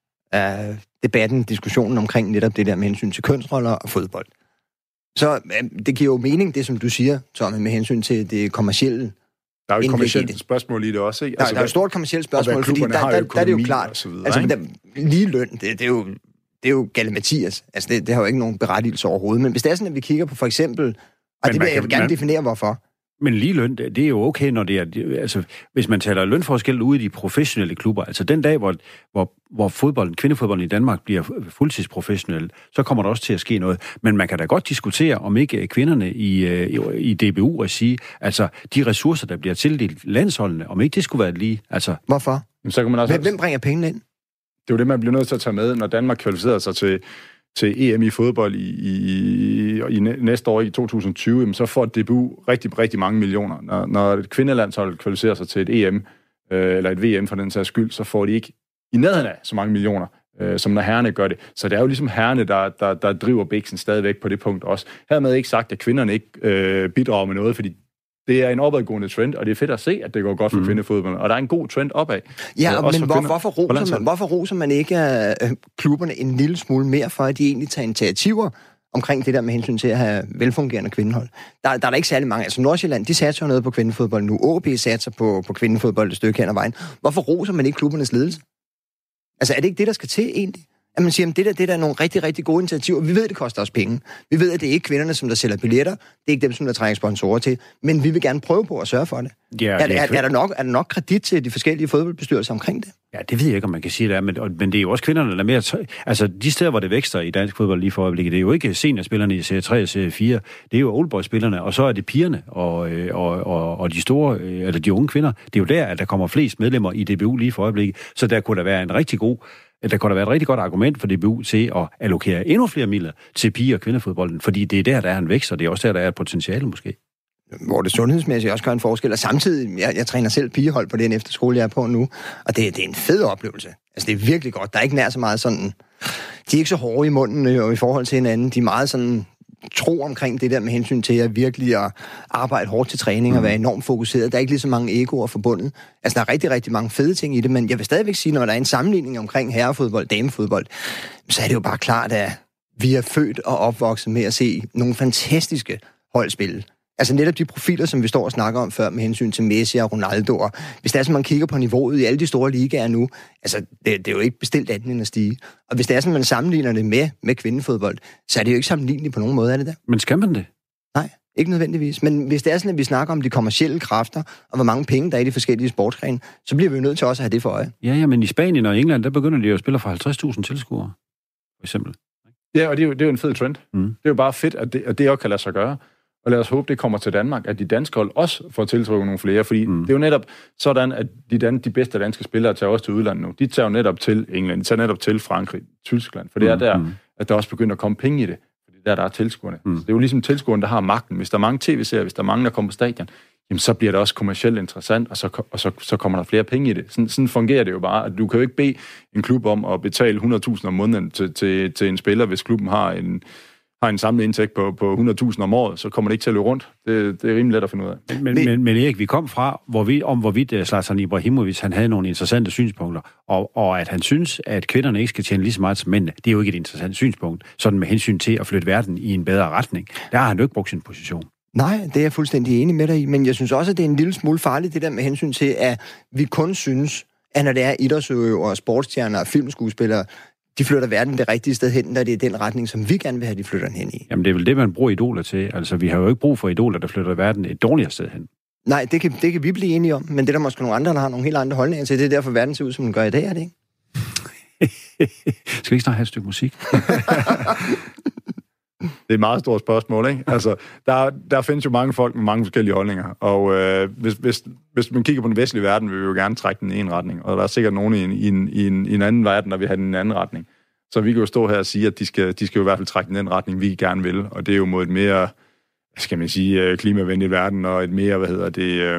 A: øh, debatten, diskussionen omkring netop det der med hensyn til kønsroller og fodbold, så det giver jo mening, det som du siger, Tommy, med hensyn til det kommercielle.
B: Der er jo et kommercielt spørgsmål i det også, ikke?
A: Altså, der, der er et stort kommercielt spørgsmål, fordi der, der, der, der er det jo klart. Videre, altså, der, lige løn, det, det er jo, det er jo galimatias. Altså, det, det har jo ikke nogen berettigelse overhovedet. Men hvis det er sådan, at vi kigger på for eksempel, og det vil jeg vil gerne man, definere, hvorfor.
C: Men lige løn, det er jo okay, når det er... Altså, hvis man taler lønforskel ude i de professionelle klubber, altså den dag, hvor, hvor, hvor fodbolden, kvindefodbolden i Danmark bliver fuldtidsprofessionel, så kommer der også til at ske noget. Men man kan da godt diskutere, om ikke kvinderne i, i, i D B U-regi, altså de ressourcer, der bliver tildelt landsholdene, om ikke det skulle være lige... Altså,
A: hvorfor?
B: Så kan man også...
A: Hvem, hvem bringer pengene ind?
B: Det er jo det, man bliver nødt til at tage med, når Danmark kvalificerer sig til... til E M i fodbold i, i, i næste år i to tusind og tyve, så får D B U rigtig, rigtig mange millioner. Når, når et kvindelandshold kvalificerer sig til et E M, øh, eller et V M for den sags skyld, så får de ikke i nærheden af så mange millioner, øh, som når herrerne gør det. Så det er jo ligesom herrerne, der, der, der driver biksen stadigvæk på det punkt også. Hermed ikke sagt, at kvinderne ikke øh, bidrager med noget, fordi det er en opadgående trend, og det er fedt at se, at det går godt for mm. kvindefodbold, og der er en god trend opad.
A: Ja, men hvor, hvorfor, roser man, hvorfor roser man ikke uh, klubberne en lille smule mere for, at de egentlig tager initiativer omkring det der med hensyn til at have velfungerende kvindehold? Der, der er der ikke særlig mange. Altså Nordsjælland, de satser jo noget på kvindefodbold nu. O B satser på, på kvindefodbold et stykke hen ad vejen. Hvorfor roser man ikke klubbernes ledelse? Altså er det ikke det, der skal til egentlig? At man siger, at det der, det der er nogle rigtig, rigtig gode initiativer. Vi ved, at det koster os penge. Vi ved, at det er ikke kvinderne, som der sælger billetter. Det er ikke dem, som der trækker sponsorer til. Men vi vil gerne prøve på at sørge for det. Ja, er, det er, er, der nok, er der nok kredit til de forskellige fodboldbestyrelser omkring det?
C: Ja, det ved jeg ikke, om man kan sige det er, men, men det er jo også kvinderne, der er mere... T- altså, de steder, hvor det vækster i dansk fodbold lige for øjeblikket, det er jo ikke seniorspillerne i serie tre og serie fire, det er jo oldboy-spillerne, og så er det pigerne og, og, og, og de store, eller de unge kvinder. Det er jo der, at der kommer flest medlemmer i D B U lige for øjeblikket, så der kunne der være en rigtig god... Der kunne der være et rigtig godt argument for D B U til at allokere endnu flere midler til pige- og kvindefodbolden, fordi det er der, der er en vækst, og det er også der, der er et potentiale måske.
A: Hvor det sundhedsmæssigt også gør en forskel, og samtidig, jeg, jeg træner selv pigehold på den efterskole, jeg er på nu, og det, det er en fed oplevelse. Altså, det er virkelig godt. Der er ikke nær så meget sådan... De er ikke så hårde i munden og i forhold til hinanden. De er meget sådan tro omkring det der med hensyn til at virkelig at arbejde hårdt til træning og være enormt fokuseret. Der er ikke lige så mange egoer forbundet. Altså, der er rigtig, rigtig mange fede ting i det, men jeg vil stadigvæk sige, når der er en sammenligning omkring herrefodbold, damefodbold, så er det jo bare klart, at vi er født og opvokset med at se nogle fantastiske holdspil. Altså netop de profiler, som vi står og snakker om før med hensyn til Messi og Ronaldo. Og hvis det er sådan, man kigger på niveauet i alle de store ligaer nu, altså det, det er jo ikke bestilt andet end at stige. Og hvis det er sådan, man sammenligner det med, med kvindefodbold, så er det jo ikke sammenligneligt på nogen måde, er det der?
C: Men skal man det?
A: Nej, ikke nødvendigvis. Men hvis det er sådan, at vi snakker om de kommercielle kræfter, og hvor mange penge der er i de forskellige sportsgrene, så bliver vi jo nødt til også at have det for øje.
C: Ja, ja, men i Spanien og England, der begynder de jo at spille for halvtreds tusind tilskuere, for eksempel.
B: Ja, og det er jo, det er jo en fed trend. Mm. Det er jo bare fedt, at det, at det også kan lade sig gøre. Og lad os håbe, det kommer til Danmark, at de danske hold også får tiltrykket nogle flere, fordi mm. det er jo netop sådan, at de, dan- de bedste danske spillere tager også til udlandet nu. De tager jo netop til England, de tager netop til Frankrig, Tyskland, for det er der, mm. at der også begynder at komme penge i det. Fordi der, der er tilskuerne. Mm. Så det er jo ligesom tilskuerne, der har magten. Hvis der er mange tv-serier, hvis der er mange, der kommer på stadion, jamen så bliver det også kommercielt interessant, og så, og så, så kommer der flere penge i det. Sådan, sådan fungerer det jo bare. At du kan jo ikke bede en klub om at betale hundrede tusind om måneden til, til, til en spiller, hvis klubben har en... har en samlet indtægt på, på hundrede tusind om året, så kommer det ikke til at løbe rundt. Det, det er rimelig let at finde ud af.
C: Men, men, men Erik, vi kom fra, hvor vi, om hvorvidt Zlatan Ibrahimovic, han havde nogle interessante synspunkter, og, og at han synes, at kvinderne ikke skal tjene lige så meget som mændene, det er jo ikke et interessant synspunkt, sådan med hensyn til at flytte verden i en bedre retning. Der har han jo ikke brugt sin position.
A: Nej, det er jeg fuldstændig enig med dig i, men jeg synes også, at det er en lille smule farligt, det der med hensyn til, at vi kun synes, at når det er idrætsudøvere, sportsstjerner og filmskuespillere, de flytter verden det rigtige sted hen, når det er den retning, som vi gerne vil have, de flytter den hen i.
C: Jamen, det er vel det, man bruger idoler til. Altså, vi har jo ikke brug for idoler, der flytter verden et dårligere sted hen.
A: Nej, det kan, det kan vi blive enige om, men det er der måske nogle andre, der har nogle helt andre holdninger til. Det er derfor, verden ser ud, som den gør i dag, er det ikke?
C: Skal vi ikke snart have et stykke musik?
B: Det er et meget stort spørgsmål, ikke? Altså, der, der findes jo mange folk med mange forskellige holdninger, og øh, hvis, hvis, hvis man kigger på den vestlige verden, vil vi jo gerne trække den i en retning, og der er sikkert nogen i en, i en, i en, i en anden verden, der vil have den i en anden retning. Så vi kan jo stå her og sige, at de skal, de skal jo i hvert fald trække den i den retning, vi gerne vil, og det er jo mod et mere, skal man sige, klimavenligt verden, og et mere, hvad hedder det, øh,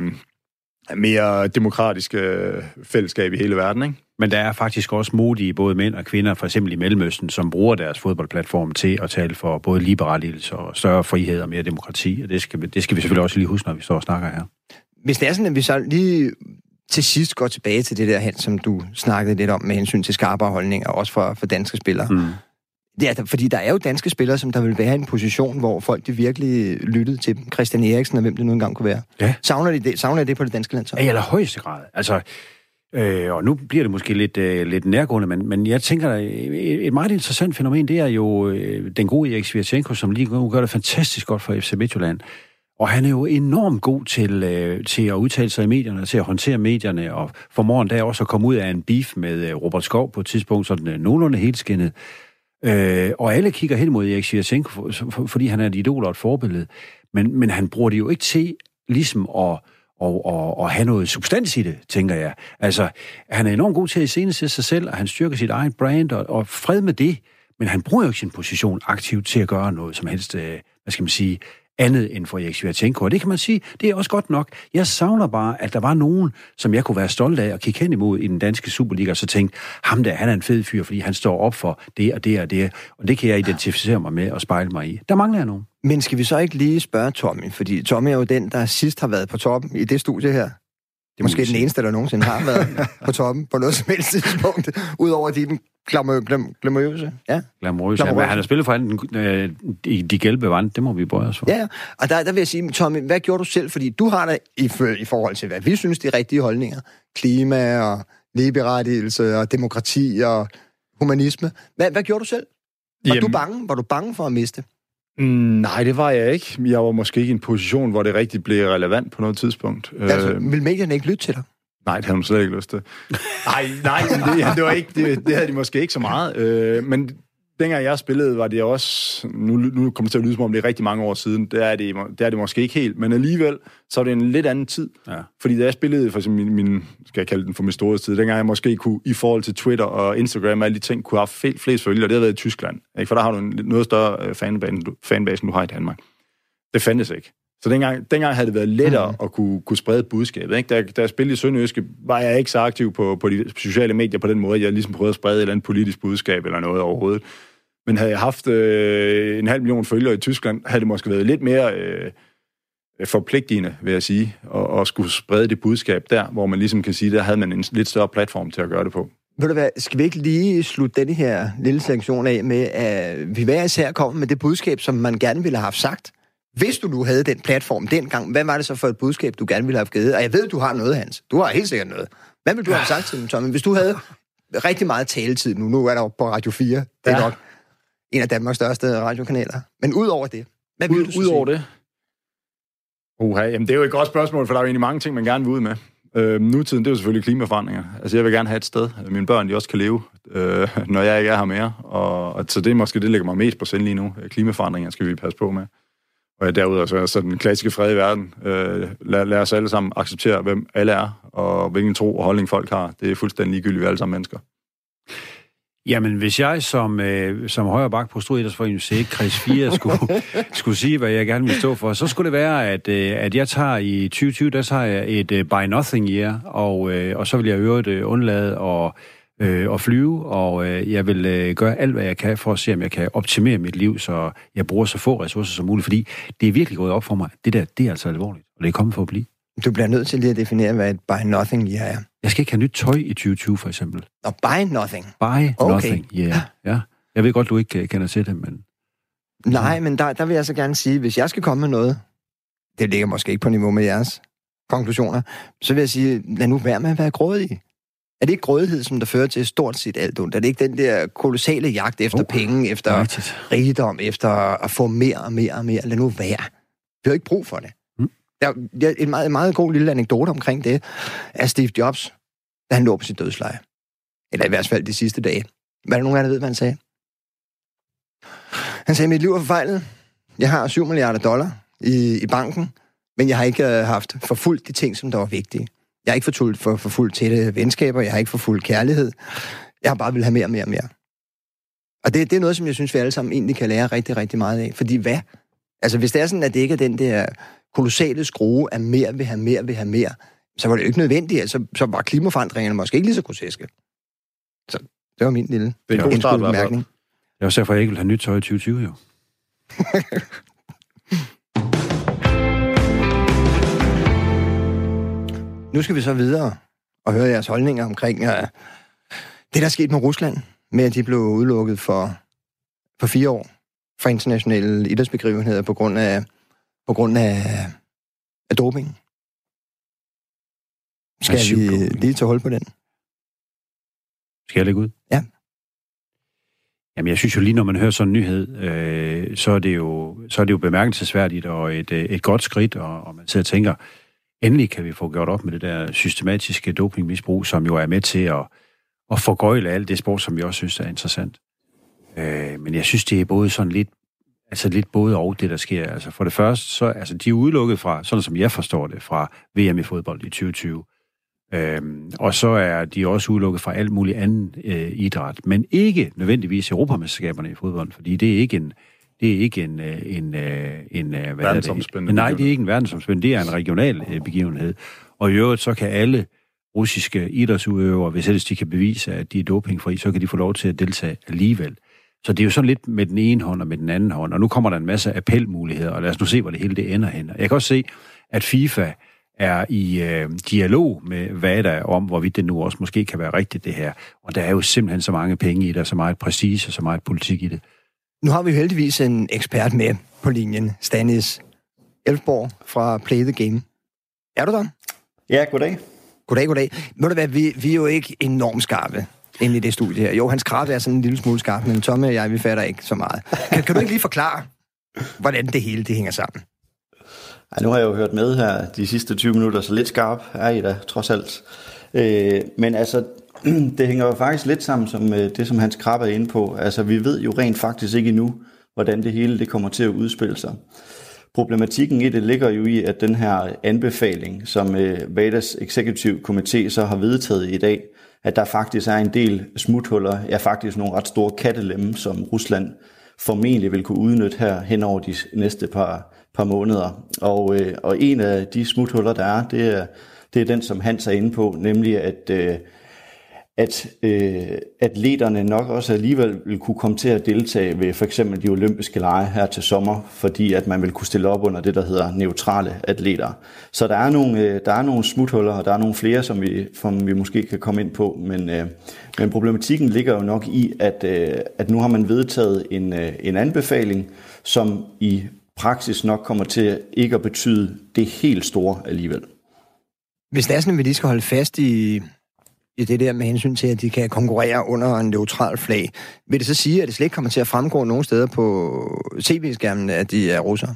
B: mere demokratisk øh, fællesskab i hele verden, ikke?
C: Men der er faktisk også modige både mænd og kvinder, for eksempel i Mellemøsten, som bruger deres fodboldplatform til at tale for både liberalisme og større frihed og mere demokrati, og det skal, det skal vi selvfølgelig også lige huske, når vi står og snakker her.
A: Hvis det er sådan, at vi så lige til sidst går tilbage til det der hen, som du snakkede lidt om med hensyn til skarpere holdninger, også for, for danske spillere. Mm. Det er, fordi der er jo danske spillere, som der vil være i en position, hvor folk de virkelig lyttede til dem. Christian Eriksen og hvem det nu engang kunne være. Ja. Savner de det, savner de det på det danske land så?
C: Ja, i allerhøjeste grad. Altså, øh, og nu bliver det måske lidt, øh, lidt nærgående, men, men jeg tænker, et, et meget interessant fænomen, det er jo øh, den gode Erik Sviatchenko, som lige nu gør det fantastisk godt for F C Midtjylland. Og han er jo enormt god til, øh, til at udtale sig i medierne, til at håndtere medierne, og formår endda også at komme ud af en beef med øh, Robert Skov på et tidspunkt, sådan øh, nogenlunde helskindet. Øh, og alle kigger hen mod Erik Sviatchenko, for, for, fordi han er et idol og et forbillede. Men, men han bruger det jo ikke til ligesom at og, og, og have noget substans i det, tænker jeg. Altså, han er enormt god til at iscenesætte sig selv, og han styrker sit eget brand, og, og fred med det. Men han bruger jo ikke sin position aktivt til at gøre noget som helst, øh, hvad skal man sige, andet end for Erik Sviatchenko. Og det kan man sige, det er også godt nok. Jeg savner bare, at der var nogen, som jeg kunne være stolt af at kigge hen imod i den danske Superliga, og så tænkte, ham der, han er en fed fyr, fordi han står op for det og det og det, og det kan jeg identificere mig med og spejle mig i. Der mangler jeg nogen.
A: Men skal vi så ikke lige spørge Tommy, fordi Tommy er jo den, der sidst har været på toppen i det studie her. Det er måske den eneste, der nogensinde har været på toppen på noget som helst tidspunkt, udover de glamourøse. Ja.
C: Glamourøse. Ja, han har spillet for anden øh, i de gælpe vand, det må vi bøje os for.
A: Ja, og der, der vil jeg sige, Tommy, hvad gjorde du selv? Fordi du har da i, i forhold til, hvad vi synes, de rigtige holdninger, klima og ligeberettigelse og demokrati og humanisme. Hvad, hvad gjorde du selv? Var Jamen. du bange? Var du bange for at miste?
B: Mm, nej, det var jeg ikke. Jeg var måske ikke i en position, hvor det rigtig blev relevant på noget tidspunkt.
A: Altså, øh, vil medierne ikke lytte til dig?
B: Nej, det havde de slet ikke lyst til. nej, nej, det, det, var ikke, det, det havde de måske ikke så meget. Øh, men dengang jeg spillede, var det også... Nu, nu kommer det til at lyde, som om det er rigtig mange år siden. Det er det, det er det måske ikke helt. Men alligevel, så var det en lidt anden tid. Ja. Fordi da jeg spillede, for eksempel min, min... Skal jeg kalde den for min store tid, dengang jeg måske kunne, i forhold til Twitter og Instagram og alle de ting, kunne have haft flest følgere. Det havde været i Tyskland. Ikke? For der har du en noget større fanbase, fanbase, end du har i Danmark. Det fandtes ikke. Så dengang, dengang havde det været lettere mm. at kunne, kunne sprede budskabet. Ikke? Da, da jeg spillede i Sønderjyske, var jeg ikke så aktiv på, på de sociale medier på den måde. Jeg ligesom prøvede at sprede et eller andet politisk budskab eller noget overhovedet. Men havde jeg haft øh, en halv million følgere i Tyskland, havde det måske været lidt mere øh, forpligtende, vil jeg sige, at, at skulle sprede det budskab der, hvor man ligesom kan sige, der havde man en lidt større platform til at gøre det på.
A: Ved du hvad, skal vi ikke lige slutte denne her lille sektion af med, at vi hver især kommer med det budskab, som man gerne ville have haft sagt? Hvis du nu havde den platform dengang, hvad var det så for et budskab, du gerne ville have givet? Og jeg ved, du har noget, Hans. Du har helt sikkert noget. Hvad ville du have sagt til dem, Tommy? Hvis du havde rigtig meget taletid nu, nu er der jo på Radio fire, det er ja. nok en af Danmarks største radiokanaler. Men ud over det, hvad ville du så
B: Ud over
A: sige?
B: det? Uha, jamen det er jo et godt spørgsmål, for der er jo egentlig mange ting, man gerne vil ud med. Øh, nutiden, det er jo selvfølgelig klimaforandringer. Altså jeg vil gerne have et sted, mine børn, de også kan leve, øh, når jeg ikke er her mere. Og, og så det er måske, det ligger mig mest på sind lige nu. Klimaforandringer skal vi passe på med. Og derudover så er så den klassiske fred i verden. Øh, lad, lad os alle sammen acceptere, hvem alle er, og hvilken tro og holdning folk har. Det er fuldstændig ligegyldigt, vi er alle sammen mennesker.
C: Jamen, hvis jeg som, øh, som højre bak på Struer Idrætsforening C E Kreds fire skulle, skulle sige, hvad jeg gerne vil stå for, så skulle det være, at, øh, at jeg tager i tyve tyve, der tager jeg et øh, buy nothing year, og, øh, og så vil jeg øvrigt øh, undlade og, øh, at flyve, og øh, jeg vil øh, gøre alt, hvad jeg kan for at se, om jeg kan optimere mit liv, så jeg bruger så få ressourcer som muligt, fordi det er virkelig gået op for mig. Det der, det er altså alvorligt, og det er kommet for at blive.
A: Du bliver nødt til lige at definere, hvad et buy nothing year er.
C: Jeg skal ikke have nyt tøj i tyve tyve, for eksempel.
A: Og buy nothing?
C: Buy okay. nothing, yeah. ja. Jeg ved godt, du ikke kender til det, men...
A: Nej, men der, der vil jeg så gerne sige, hvis jeg skal komme med noget, det ligger måske ikke på niveau med jeres konklusioner, så vil jeg sige, lad nu være med at være grådig. Er det ikke grådighed, som der fører til stort set alt ondt? Er det ikke den der kolossale jagt efter uh, penge, efter rigtigt. rigdom, efter at få mere og mere og mere? Lad nu være. Vi har ikke brug for det. Mm. Der er en meget, meget god lille anekdote omkring det af Steve Jobs, da han lå på sit dødsleje. Eller i hvert fald de sidste dage. Hvad er der nogen af jer, der ved, hvad han sagde? Han sagde, mit liv er forfejlet. Jeg har syv milliarder dollar i, i banken, men jeg har ikke uh, haft forfulgt de ting, som der var vigtige. Jeg har ikke forfulgt for, for tætte venskaber, jeg har ikke forfulgt kærlighed. Jeg har bare vil have mere og mere og mere. Og det, det er noget, som jeg synes, vi alle sammen egentlig kan lære rigtig, rigtig meget af. Fordi hvad? Altså, hvis det er sådan, at det ikke er den der kolossale skrue af mere vil have mere, vil have mere, så var det jo ikke nødvendigt. Altså, så var klimaforandringerne måske ikke lige så groteske. Så det var min lille indskudsbemærkning.
C: Det er også derfor, jeg ikke vil have nyt tøj i tyve tyve, jo.
A: Nu skal vi så videre og høre jeres holdninger omkring uh, det, der er sket med Rusland, med at de blev udelukket for, for fire år fra internationale idrætsbegivenheder på grund af, på grund af, af doping. Skal vi lige tage hul på den?
C: Skal jeg lægge ud?
A: Ja.
C: Jamen, jeg synes jo lige, når man hører sådan en nyhed, øh, så, er det jo, så er det jo bemærkelsesværdigt og et, et godt skridt, og, og man sidder og tænker, endelig kan vi få gjort op med det der systematiske dopingmisbrug, som jo er med til at, at forgøjle alt det sport, som vi også synes er interessant. Øh, men jeg synes, det er både sådan lidt, altså lidt både og det, der sker. Altså for det første, så altså de er udelukket fra, sådan som jeg forstår det, fra V M i fodbold i tyve tyve. Øhm, og så er de også udelukket fra alt muligt anden øh, idræt, men ikke nødvendigvis Europamesterskaberne i fodbold, fordi det er ikke en, det er ikke en, en, en, en
B: verdensomspændende.
C: Nej, det er ikke en verdensomspændende, det er en regional øh, begivenhed. Og i øvrigt, så kan alle russiske idrætsudøvere, hvis ellers de kan bevise, at de er dopingfri, så kan de få lov til at deltage alligevel. Så det er jo sådan lidt med den ene hånd og med den anden hånd, og nu kommer der en masse appelmuligheder, og lad os nu se, hvor det hele det ender hen. Jeg kan også se, at FIFA er i øh, dialog med WADA om, hvorvidt det nu også måske kan være rigtigt, det her. Og der er jo simpelthen så mange penge i det, så meget præcis og så meget politik i det.
A: Nu har vi jo heldigvis en ekspert med på linjen, Stanis Elfborg fra Play the Game. Er du der?
D: Ja, goddag.
A: Goddag, goddag. Må det være, vi, vi er jo ikke enormt skarpe inde i det studie her. Jo, hans skarpe er sådan en lille smule skarp, men Tommy og jeg, vi fatter ikke så meget. Kan, kan du ikke lige forklare, hvordan det hele det hænger sammen?
D: Ej, nu har jeg jo hørt med her de sidste tyve minutter, så lidt skarp er I da, trods alt. Øh, men altså, det hænger jo faktisk lidt sammen som det, som Hans Krabbe er inde på. Altså, vi ved jo rent faktisk ikke endnu, hvordan det hele det kommer til at udspille sig. Problematikken i det ligger jo i, at den her anbefaling, som øh, WADAs Executive Committee så har vedtaget i dag, at der faktisk er en del smuthuller, ja faktisk nogle ret store kattelemme, som Rusland formentlig vil kunne udnytte her hen over de næste par, par måneder. Og, øh, og en af de smuthuller, der er, det er, det er den, som Hans er inde på, nemlig at, øh, at øh, atleterne nok også alligevel vil kunne komme til at deltage ved for eksempel de olympiske lege her til sommer, fordi at man vil kunne stille op under det, der hedder neutrale atleter. Så der er nogle, øh, der er nogle smuthuller, og der er nogle flere, som vi, som vi måske kan komme ind på, men, øh, men problematikken ligger jo nok i, at, øh, at nu har man vedtaget en, øh, en anbefaling, som i praksis nok kommer til ikke at betyde det helt store alligevel.
A: Hvis det er sådan, at vi lige skal holde fast i, i det der med hensyn til, at de kan konkurrere under en neutral flag, vil det så sige, at det slet ikke kommer til at fremgå nogen steder på T V-skærmen, at de er russere?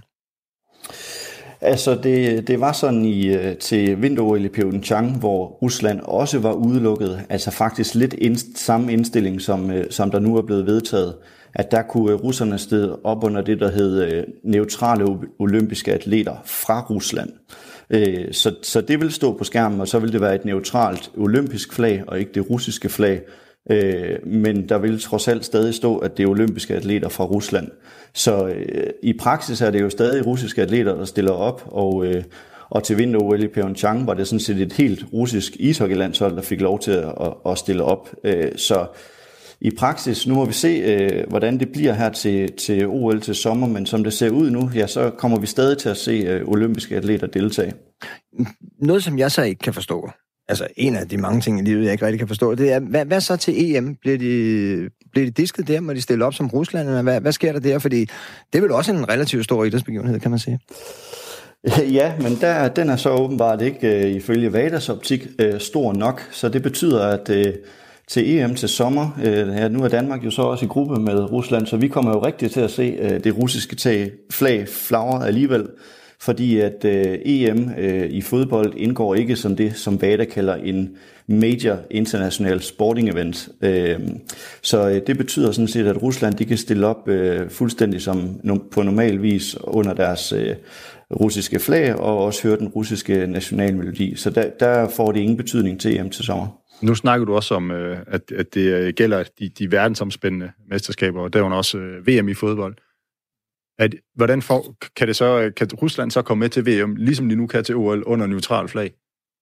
D: Altså, det, det var sådan i, til vinter-O L i Pyeongchang, hvor Rusland også var udelukket, altså faktisk lidt ind, samme indstilling, som, som der nu er blevet vedtaget, at der kunne russerne stede op under det, der hed neutrale olympiske atleter fra Rusland. Så, så det vil stå på skærmen, og så vil det være et neutralt olympisk flag, og ikke det russiske flag. Men der vil trods alt stadig stå, at det er olympiske atleter fra Rusland. Så i praksis er det jo stadig russiske atleter, der stiller op, og, og til vinter-O L i Pyeongchang var det sådan set et helt russisk ishockeylandshold, der fik lov til at, at stille op. Så i praksis, nu må vi se, øh, hvordan det bliver her til, til O L til sommer, men som det ser ud nu, ja, så kommer vi stadig til at se øh, olympiske atleter deltage.
A: Noget, som jeg så ikke kan forstå, altså en af de mange ting i livet, jeg ikke rigtig kan forstå, det er, hvad, hvad så til E M? Bliver de, bliver de disket der, må de stille op som Rusland, eller hvad, hvad sker der der? Fordi det er vel også en relativt stor idrætsbegivenhed, kan man sige.
D: Ja, men der, den er så åbenbart ikke øh, ifølge Vadas optik øh, stor nok, så det betyder, at øh, til E M til sommer, øh, ja, nu er Danmark jo så også i gruppe med Rusland, så vi kommer jo rigtig til at se øh, det russiske tag, flag flagre alligevel, fordi at øh, E M øh, i fodbold indgår ikke som det, som Vada kalder en major international sporting event. Øh, så øh, det betyder sådan set, at Rusland de kan stille op øh, fuldstændig som no, på normal vis under deres øh, russiske flag, og også høre den russiske nationalmelodi. Så der, der får det ingen betydning til E M til sommer.
B: Nu snakker du også om, at, at det gælder de, de verdensomspændende mesterskaber, og derunder også V M i fodbold. At, hvordan får, kan, det så, kan Rusland så komme med til V M, ligesom de nu kan til O L under neutral flag?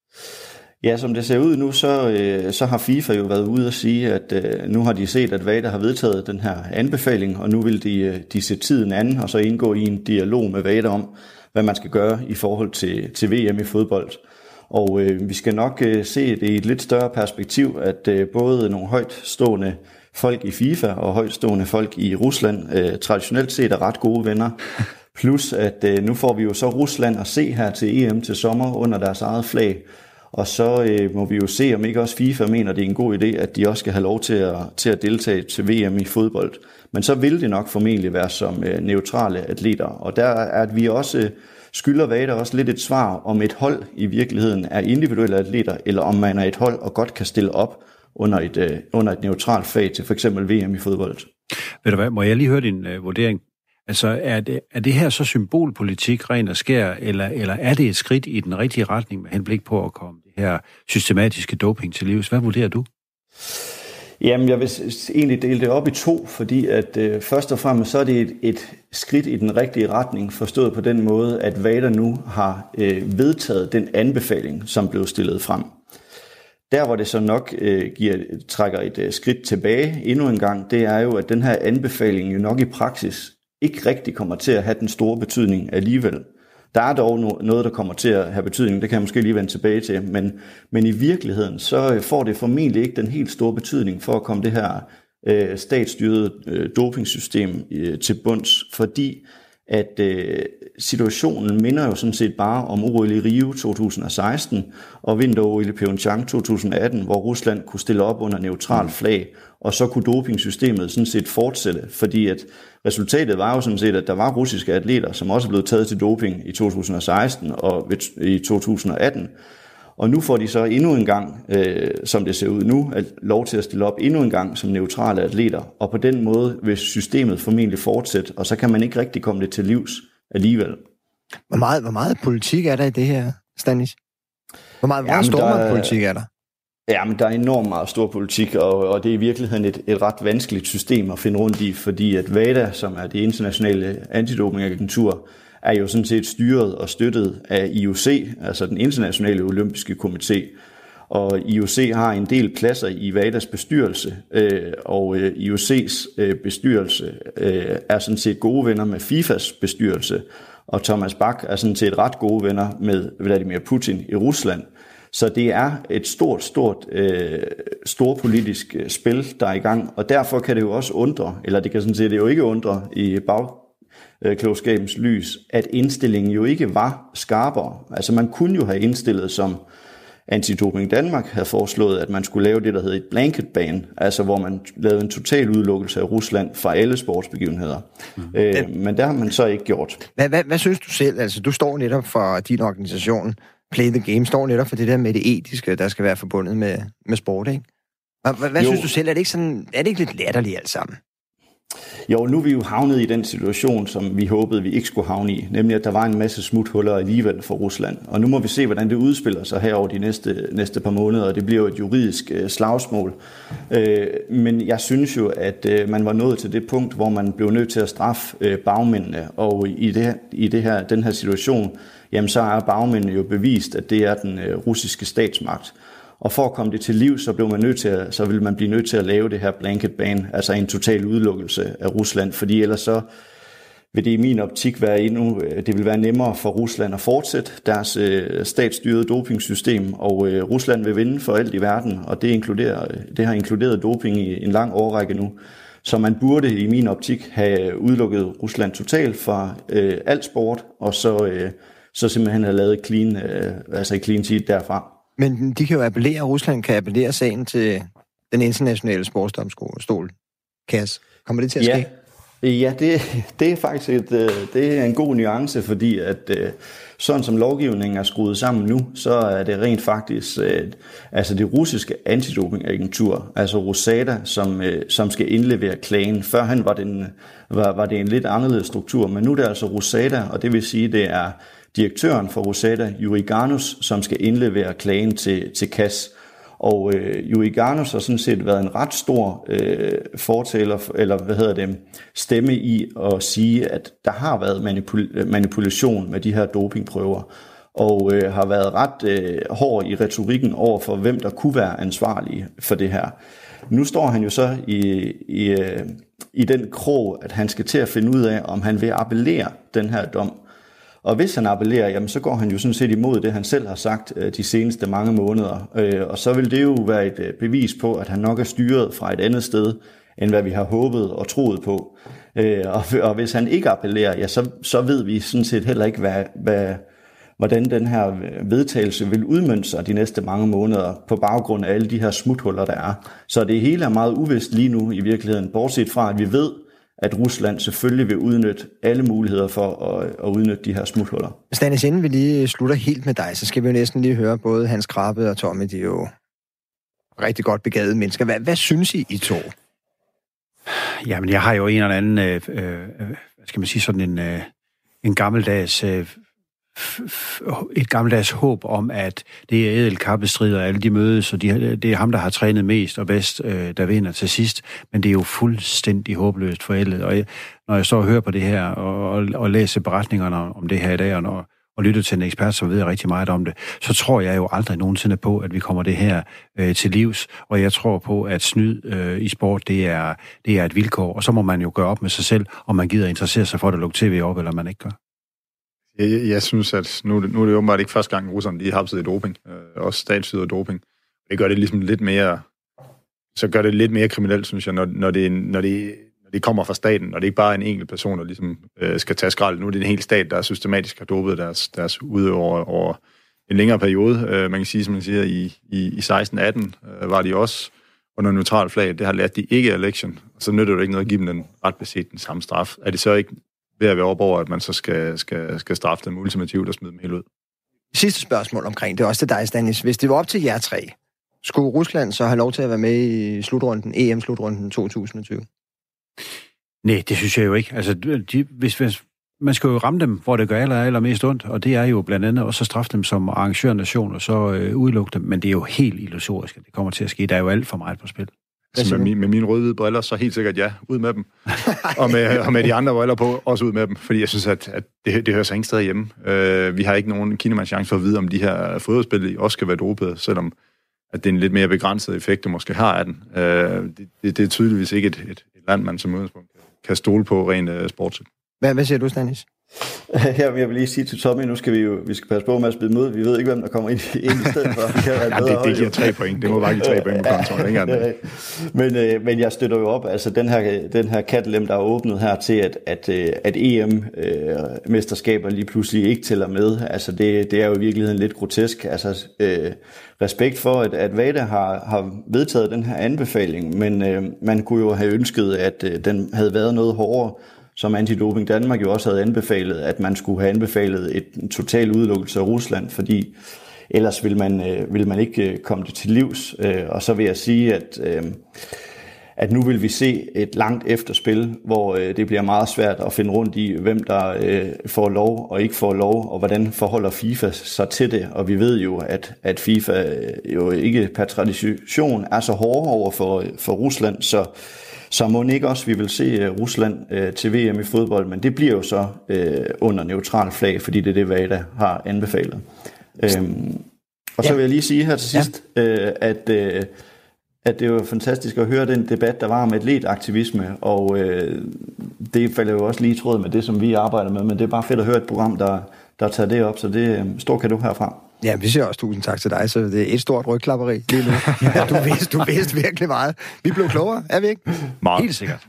D: Ja, som det ser ud nu, så, øh, så har FIFA jo været ude at sige, at øh, nu har de set, at Vada har vedtaget den her anbefaling, og nu vil de, de se tiden anden, og så indgå i en dialog med Vada om, hvad man skal gøre i forhold til, til V M i fodbold. Og øh, vi skal nok øh, se det i et lidt større perspektiv, at øh, både nogle højtstående folk i FIFA og højtstående folk i Rusland øh, traditionelt set er ret gode venner. Plus at øh, nu får vi jo så Rusland at se her til E M til sommer under deres eget flag. Og så øh, må vi jo se, om ikke også FIFA mener, det er en god idé, at de også skal have lov til at, til at deltage til V M i fodbold. Men så vil det nok formentlig være som øh, neutrale atleter. Og der er at vi også... Øh, skylder Vada også lidt et svar, om et hold i virkeligheden er individuelle atleter, eller om man er et hold og godt kan stille op under et, uh, under et neutralt fag til for eksempel V M i fodbold.
C: Ved du hvad, må jeg lige høre din uh, vurdering? Altså, er det, er det her så symbolpolitik, ren og skær, eller, eller er det et skridt i den rigtige retning med henblik på at komme det her systematiske doping til livs? Hvad vurderer du?
D: Jamen, jeg vil egentlig dele det op i to, fordi at øh, først og fremmest så er det et, et skridt i den rigtige retning, forstået på den måde, at Vada nu har øh, vedtaget den anbefaling, som blev stillet frem. Der, hvor det så nok øh, giver, trækker et øh, skridt tilbage endnu en gang, det er jo, at den her anbefaling jo nok i praksis ikke rigtig kommer til at have den store betydning alligevel. Der er dog noget, der kommer til at have betydning, det kan jeg måske lige vende tilbage til, men, men i virkeligheden så får det formentlig ikke den helt store betydning for at komme det her øh, statsstyrede øh, dopingsystem øh, til bunds, fordi at øh, situationen minder jo sådan set bare om O L i Rio to tusind og seksten og vinter-O L i Pyeongchang to tusind og atten, hvor Rusland kunne stille op under neutral flag, og så kunne dopingsystemet sådan set fortsætte, fordi at resultatet var jo sådan set, at der var russiske atleter, som også blev taget til doping i to tusind og seksten og i to tusind og atten. Og nu får de så endnu en gang, øh, som det ser ud nu, at lov til at stille op endnu en gang som neutrale atleter. Og på den måde vil systemet formentlig fortsætte, og så kan man ikke rigtig komme det til livs alligevel.
A: Hvor meget, hvor meget politik er der i det her, Stanis? Hvor meget, hvor meget
D: Jamen,
A: stor
D: der,
A: politik er der?
D: Ja, men der er enormt meget stor politik, og, og det er i virkeligheden et, et ret vanskeligt system at finde rundt i, fordi at Vada, som er det internationale antidopingagentur, er jo sådan set styret og støttet af I O C, altså den internationale olympiske komité. Og I O C har en del pladser i Vadas bestyrelse, øh, og øh, I O C's øh, bestyrelse øh, er sådan set gode venner med FIFAs bestyrelse, og Thomas Bach er sådan set ret gode venner med Vladimir Putin i Rusland. Så det er et stort, stort, øh, storpolitisk spil, der er i gang, og derfor kan det jo også undre, eller det kan sådan set det jo ikke undre i bagklogskabens lys, at indstillingen jo ikke var skarpere. Altså man kunne jo have indstillet, som Antidoping Danmark havde foreslået, at man skulle lave det, der hedder et blanket ban, altså hvor man lavede en total udelukkelse af Rusland fra alle sportsbegivenheder. Mm. Øh, men det har man så ikke gjort.
A: Hvad, hvad, hvad synes du selv? Altså, du står netop for din organisation, Play the Game, står netop for det der med det etiske, der skal være forbundet med, med sport, ikke? Hvad, hvad synes du selv? Er det ikke, sådan, er det ikke lidt latterligt alt sammen?
D: Jo, nu er vi jo havnet i den situation, som vi håbede, vi ikke skulle havne i, nemlig at der var en masse smuthuller alligevel for Rusland. Og nu må vi se, hvordan det udspiller sig her over de næste, næste par måneder, og det bliver jo et juridisk øh, slagsmål. Øh, men jeg synes jo, at øh, man var nået til det punkt, hvor man blev nødt til at straffe øh, bagmændene, og i, det, i det her, den her situation, jamen så er bagmændene jo bevist, at det er den øh, russiske statsmagt. Og for at komme det til liv, så, blev man nødt til at, så vil man blive nødt til at lave det her blanket ban, altså en total udelukkelse af Rusland, fordi ellers så vil det i min optik være endnu, det vil være nemmere for Rusland at fortsætte deres øh, statsstyrede dopingsystem, og øh, Rusland vil vinde for alt i verden, og det, inkluderer, det har inkluderet doping i en lang årrække nu. Så man burde i min optik have udelukket Rusland totalt fra øh, alt sport, og så... Øh, så simpelthen have lavet clean, øh, altså et clean sheet derfra.
A: Men de kan jo appellere, Rusland kan appellere sagen til den internationale sportsdomstol, C A S. Kommer det til at
D: ja.
A: ske?
D: Ja, det, det er faktisk et, det er en god nuance, fordi at sådan som lovgivningen er skruet sammen nu, så er det rent faktisk altså det russiske antidopingagentur, altså Rosada, som, som skal indlevere klagen. Førhen var det, en, var, var det en lidt anderledes struktur, men nu er det altså Rosada, og det vil sige, det er direktøren for Rosada, Yuri Ganus, som skal indlevere klagen til, til C A S. Og øh, Yuri Ganus har sådan set været en ret stor øh, fortaler, eller hvad hedder det, stemme i at sige, at der har været manipul- manipulation med de her dopingprøver, og øh, har været ret øh, hård i retorikken over for, hvem der kunne være ansvarlige for det her. Nu står han jo så i, i, øh, i den krog, at han skal til at finde ud af, om han vil appellere den her dom. Og hvis han appellerer, jamen, så går han jo sådan set imod det, han selv har sagt øh, de seneste mange måneder. Øh, og så vil det jo være et øh, bevis på, at han nok er styret fra et andet sted, end hvad vi har håbet og troet på. Øh, og, og hvis han ikke appellerer, ja, så, så ved vi sådan set heller ikke, hvad, hvad, hvordan den her vedtagelse vil udmønte sig de næste mange måneder, på baggrund af alle de her smuthuller, der er. Så det hele er meget uvist lige nu i virkeligheden, bortset fra, at vi ved, at Rusland selvfølgelig vil udnytte alle muligheder for at, at udnytte de her smuthuller.
A: Stanis, inden vi lige slutter helt med dig, så skal vi jo næsten lige høre både Hans Krabbe og Tommy, de er jo rigtig godt begavede mennesker. Hvad, hvad synes I, I to?
C: Jamen, jeg har jo en eller anden, øh, øh, hvad skal man sige, sådan en, øh, en gammeldags... Øh, et gammeldags håb om, at det er ædelkappestrider, alle de mødes, og de, det er ham, der har trænet mest og bedst, øh, der vinder til sidst, men det er jo fuldstændig håbløst forældet. Og jeg, når jeg står og hører på det her, og, og, og læser beretningerne om det her i dag, og, når, og lytter til en ekspert, som ved rigtig meget om det, så tror jeg jo aldrig nogensinde på, at vi kommer det her øh, til livs, og jeg tror på, at snyd øh, i sport, det er, det er et vilkår, og så må man jo gøre op med sig selv, om man gider interessere sig for at lukke tv op, eller man ikke gør.
B: Jeg, jeg synes, at nu, nu er det åbenbart ikke første gang, russerne lige har hapset i doping. Øh, også statsstyret doping. Det gør det ligesom lidt mere... Så gør det lidt mere kriminelt, synes jeg, når, når, det, når, det, når det kommer fra staten, og det ikke bare er en enkelt person, der ligesom øh, skal tage skrald. Nu er det en hel stat, der systematisk har dopet deres, deres udøvere over en længere periode. Øh, man kan sige, som man siger, i, i, i seksten atten øh, var de også under neutral flag. Det har lært de ikke af lektion, og så nytter det ikke noget at give dem den ret beset den samme straf. Er det så ikke ved at være op over, at man så skal, skal, skal straffe dem ultimativt og smide dem helt ud?
A: Sidste spørgsmål omkring det, også til dig, Stanis. Hvis det var op til jer tre, skulle Rusland så have lov til at være med i slutrunden, E M-slutrunden to tusind og tyve?
C: Nej, det synes jeg jo ikke. Altså, de, hvis, hvis, man skal jo ramme dem, hvor det gør aller, aller mest ondt, og det er jo blandt andet også at straffe dem som arrangørnation, og så øh, udelukke dem, men det er jo helt illusorisk, at det kommer til at ske. Der er jo alt for meget på spil.
B: Altså med, med mine røde-hvide briller, så helt sikkert ja, ud med dem. og, med, og med de andre briller på, også ud med dem. Fordi jeg synes, at, at det, det hører sig ingen sted hjemme. Uh, vi har ikke nogen kinemands chance for at vide, om de her fodboldspillere også skal være dopede, selvom at det er en lidt mere begrænset effekt, det måske har af den. Uh, det, det, det er tydeligvis ikke et, et, et land, man som udgangspunkt kan stole på rent uh, sportsligt.
A: Hvad, hvad siger du, Stanis?
D: Ja, jeg vil lige sige til Tommy, nu skal vi jo vi skal passe på med at spille mod. Vi ved ikke, hvem der kommer ind, ind i stedet for. Det,
B: ja, det, det giver tre point. Det må bare give tre point på kontoren. Ikke?
D: men, øh, men jeg støtter jo op. Altså den her, den her kattelem, der er åbnet her til, at, at, at E M-mesterskaber øh, lige pludselig ikke tæller med. Altså det, det er jo i virkeligheden lidt grotesk. Altså øh, respekt for, at, at WADA har, har vedtaget den her anbefaling, men øh, man kunne jo have ønsket, at øh, den havde været noget hårdere, som Antidoping Danmark jo også havde anbefalet, at man skulle have anbefalet et, en total udelukkelse af Rusland, fordi ellers vil man, øh, vil man ikke øh, komme det til livs. Øh, og så vil jeg sige, at, øh, at nu vil vi se et langt efterspil, hvor øh, det bliver meget svært at finde rundt i, hvem der øh, får lov og ikke får lov, og hvordan forholder FIFA sig til det. Og vi ved jo, at, at FIFA jo ikke per tradition er så hårde over for, for Rusland, så Så må ikke også, vi vil se uh, Rusland uh, til V M i fodbold, men det bliver jo så uh, under neutral flag, fordi det er det, WADA har anbefalet. Um, og så vil jeg lige sige her til sidst, ja. uh, at, uh, at det var fantastisk at høre den debat, der var om atletaktivisme, og uh, det falder jo også lige i tråd med det, som vi arbejder med, men det er bare fedt at høre et program, der, der tager det op, så det er um, stor cadeau herfra.
A: Ja, vi siger også tusind tak til dig, så det er et stort rygklapperi lige nu. Ja, du vidste, du vidste virkelig meget. Vi blev klogere, er vi ikke?
C: Meget. Helt sikkert.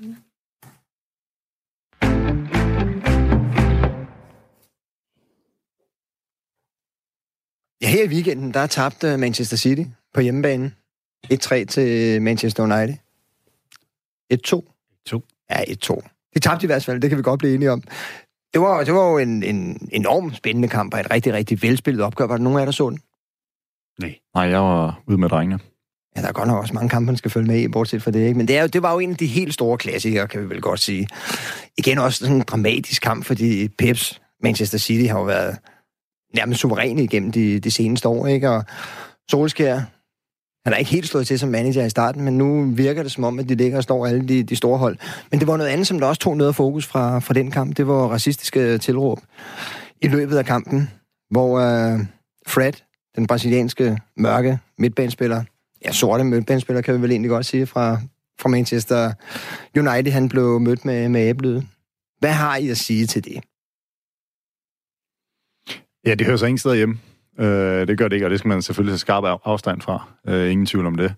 A: Ja, her i weekenden, der tabte Manchester City på hjemmebane. et tre til Manchester United. et to.
C: to.
A: Ja, et to. De tabte i hvert fald, det kan vi godt blive enige om. Det var, det var jo en, en enormt spændende kamp, og et rigtig, rigtig velspillet opgør. Var der nogen af jer, der så den?
C: Nej.
B: Nej, jeg var ude med drengene.
A: Ja, der er godt nok også mange kampe, man skal følge med i, bortset fra det, ikke? Men det, er jo, det var jo en af de helt store klassikere, kan vi vel godt sige. Igen også sådan en dramatisk kamp, fordi Peps Manchester City har jo været nærmest suveræne igennem de, de seneste år, ikke? Og Solskjær, han er ikke helt slået til som manager i starten, men nu virker det som om, at de ligger og står alle de, de store hold. Men det var noget andet, som der også tog noget af fokus fra, fra den kamp. Det var racistiske tilråb i løbet af kampen, hvor uh, Fred, den brasilianske mørke midtbanespiller, ja, sorte midtbanespiller, kan vi vel egentlig godt sige, fra, fra Manchester United, han blev mødt med, med æblet. Hvad har I at sige til det?
B: Ja, det hører sig ingen steder hjemme. Øh, det gør det ikke, og det skal man selvfølgelig have skarp afstand fra. Øh, ingen tvivl om det.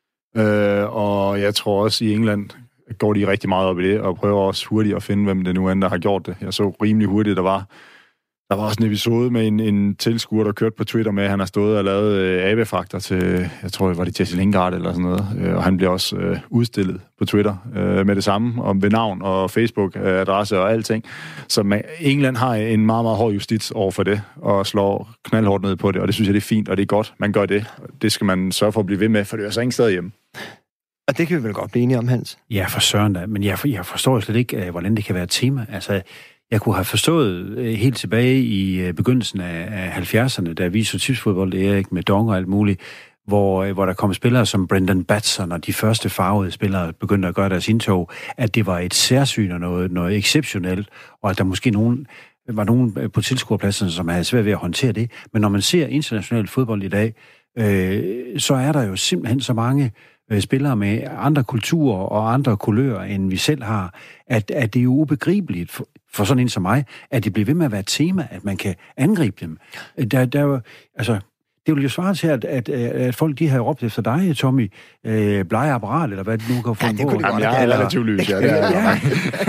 B: Øh, og jeg tror også, i England går de rigtig meget op i det, og prøver også hurtigt at finde, hvem det nu end, der har gjort det. Jeg så rimelig hurtigt, der var Der var også en episode med en, en tilskuer, der kørte på Twitter med, at han har stået og lavet øh, abefakter til, jeg tror, var det Jesse Lingard eller sådan noget, øh, og han bliver også øh, udstillet på Twitter øh, med det samme, om ved navn og Facebook-adresse og alting. Så man, England har en meget, meget hård justits over for det, og slår knaldhårdt ned på det, og det synes jeg, det er fint, og det er godt, man gør det. Det skal man sørge for at blive ved med, for det er så ingen sted hjemme.
A: Og det kan vi vel godt blive enige om, Hans?
C: Ja, for søren da, men jeg, jeg forstår slet ikke, hvordan det kan være et tema. Altså, jeg kunne have forstået helt tilbage i begyndelsen af halvfjerdserne, da vi så tipsfodbold, Erik, med dong og alt muligt, hvor, hvor der kom spillere som Brendan Batson og de første farvede spillere begyndte at gøre deres indtog, at det var et særsyn og noget, noget exceptionelt, og at der måske nogen, var nogen på tilskuerpladserne, som havde svært ved at håndtere det. Men når man ser international fodbold i dag, øh, så er der jo simpelthen så mange spillere med andre kulturer og andre kulører, end vi selv har, at, at det er jo ubegribeligt for, for sådan en som mig, at det bliver ved med at være et tema, at man kan angribe dem. Der, der, altså, det vil jo svare til, at, at, at folk de har råbt efter dig, Tommy, øh, blege apparat, eller hvad det nu kan få
A: ja,
C: en
A: det kunne
B: Jamen, jeg er relativt lys, ja. Det er,
C: ja.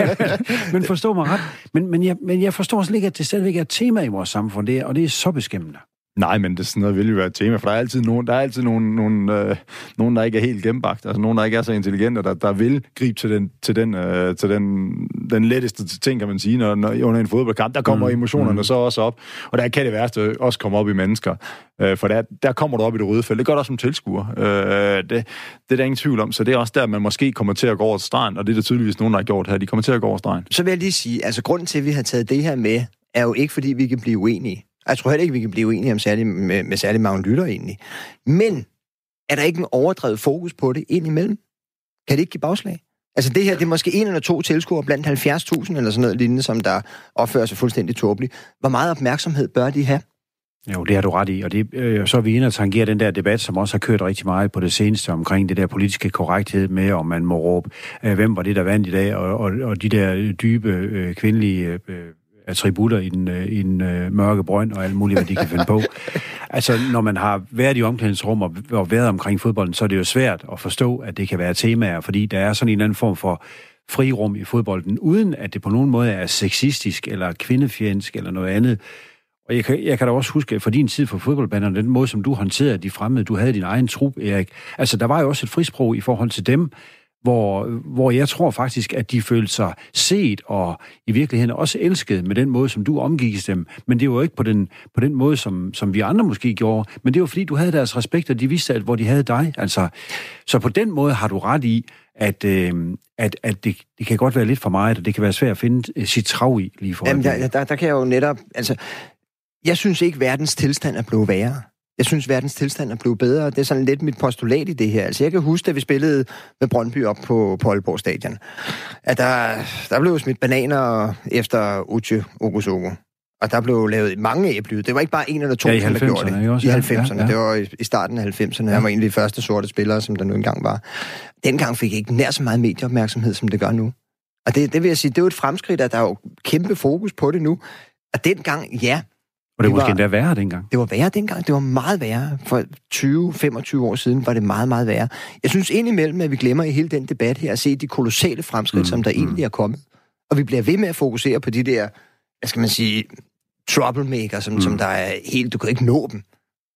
C: Men forstå mig ret. Men, men, jeg, men jeg forstår slet ikke, at det stadigvæk er et tema i vores samfund, det er, og det er så beskæmmende.
B: Nej, men det sådan noget vil jo være et tema, for der er altid nogen, der er altid nogen, nogen, øh, nogen der ikke er helt gennembagt, altså nogen, der ikke er så intelligente, der, der vil gribe til den, til den, øh, til den, den letteste ting, kan man sige, når, når under en fodboldkamp, der kommer mm. emotionerne mm. så også op, og der kan det værste også komme op i mennesker, øh, for der, der kommer du op i det røde felt, det gør du også som tilskuer, øh, det, det er der ingen tvivl om, så det er også der, man måske kommer til at gå over stregen, og det er der tydeligvis nogen, der har gjort her, de kommer til at gå over stregen.
A: Så vil jeg lige sige, altså grunden til, at vi har taget det her med, er jo ikke, fordi vi kan blive uenige. Jeg tror heller ikke, vi kan blive uenige om særlig, med, med særlig mange lytter egentlig. Men er der ikke en overdrevet fokus på det indimellem? Kan det ikke give bagslag? Altså det her, det er måske en eller to tilskuere blandt halvfjerds tusind eller sådan noget lignende, som der opfører sig fuldstændig tåbeligt. Hvor meget opmærksomhed bør de have?
C: Jo, det har du ret i, og det, øh, så er vi inde og tangerer den der debat, som også har kørt rigtig meget på det seneste omkring det der politiske korrekthed med, om man må råbe, øh, hvem var det, der vandt i dag, og, og, og de der dybe øh, kvindelige øh, attributter i den, øh, i den øh, mørke brønd og alt muligt, hvad de kan finde på. Altså, når man har været i omklædningsrum og, og været omkring fodbolden, så er det jo svært at forstå, at det kan være temaer, fordi der er sådan en eller anden form for frirum i fodbolden, uden at det på nogen måde er sexistisk eller kvindefjendsk eller noget andet. Og jeg kan, jeg kan da også huske, for din tid for fodboldbanerne, den måde, som du håndterede de fremmede, du havde din egen trup, Erik. Altså, der var jo også et frisprog i forhold til dem, hvor, hvor jeg tror faktisk, at de følte sig set og i virkeligheden også elsket med den måde, som du omgik dem. Men det var jo ikke på den, på den måde, som, som vi andre måske gjorde. Men det var fordi, du havde deres respekt, og de vidste, at, hvor de havde dig. Altså, så på den måde har du ret i, at, øh, at, at det, det kan godt være lidt for meget, og det kan være svært at finde sit trav i lige for.
A: Jamen, der, der, der kan jeg jo netop... Altså, jeg synes ikke, verdens tilstand er blevet værre. Jeg synes, verdens tilstand er blevet bedre. Det er sådan lidt mit postulat i det her. Altså, jeg kan huske, da vi spillede med Brøndby op på, på Aalborg Stadion, at der, der blev smidt bananer efter Uche Ogosogo. Og der blev lavet mange æblelyde. Det var ikke bare en eller to,
C: ja,
A: som der gjorde det.
C: Også,
A: I halvfemserne.
C: Ja, ja.
A: Det var i, i starten af halvfemserne. Ja. Han var en af de første sorte spillere, som der nu engang var. Dengang fik jeg ikke nær så meget medieopmærksomhed, som det gør nu. Og det, det vil jeg sige, det er jo et fremskridt, at der er jo kæmpe fokus på det nu. Og dengang, ja,
C: og det var måske endda værre dengang.
A: Det var værre dengang. Det var meget værre. For tyve til femogtyve år siden var det meget, meget værre. Jeg synes indimellem, at vi glemmer i hele den debat her at se de kolossale fremskridt, mm, som der mm. egentlig er kommet. Og vi bliver ved med at fokusere på de der, hvad skal man sige, troublemaker, som, mm. som der er helt, du kan ikke nå dem.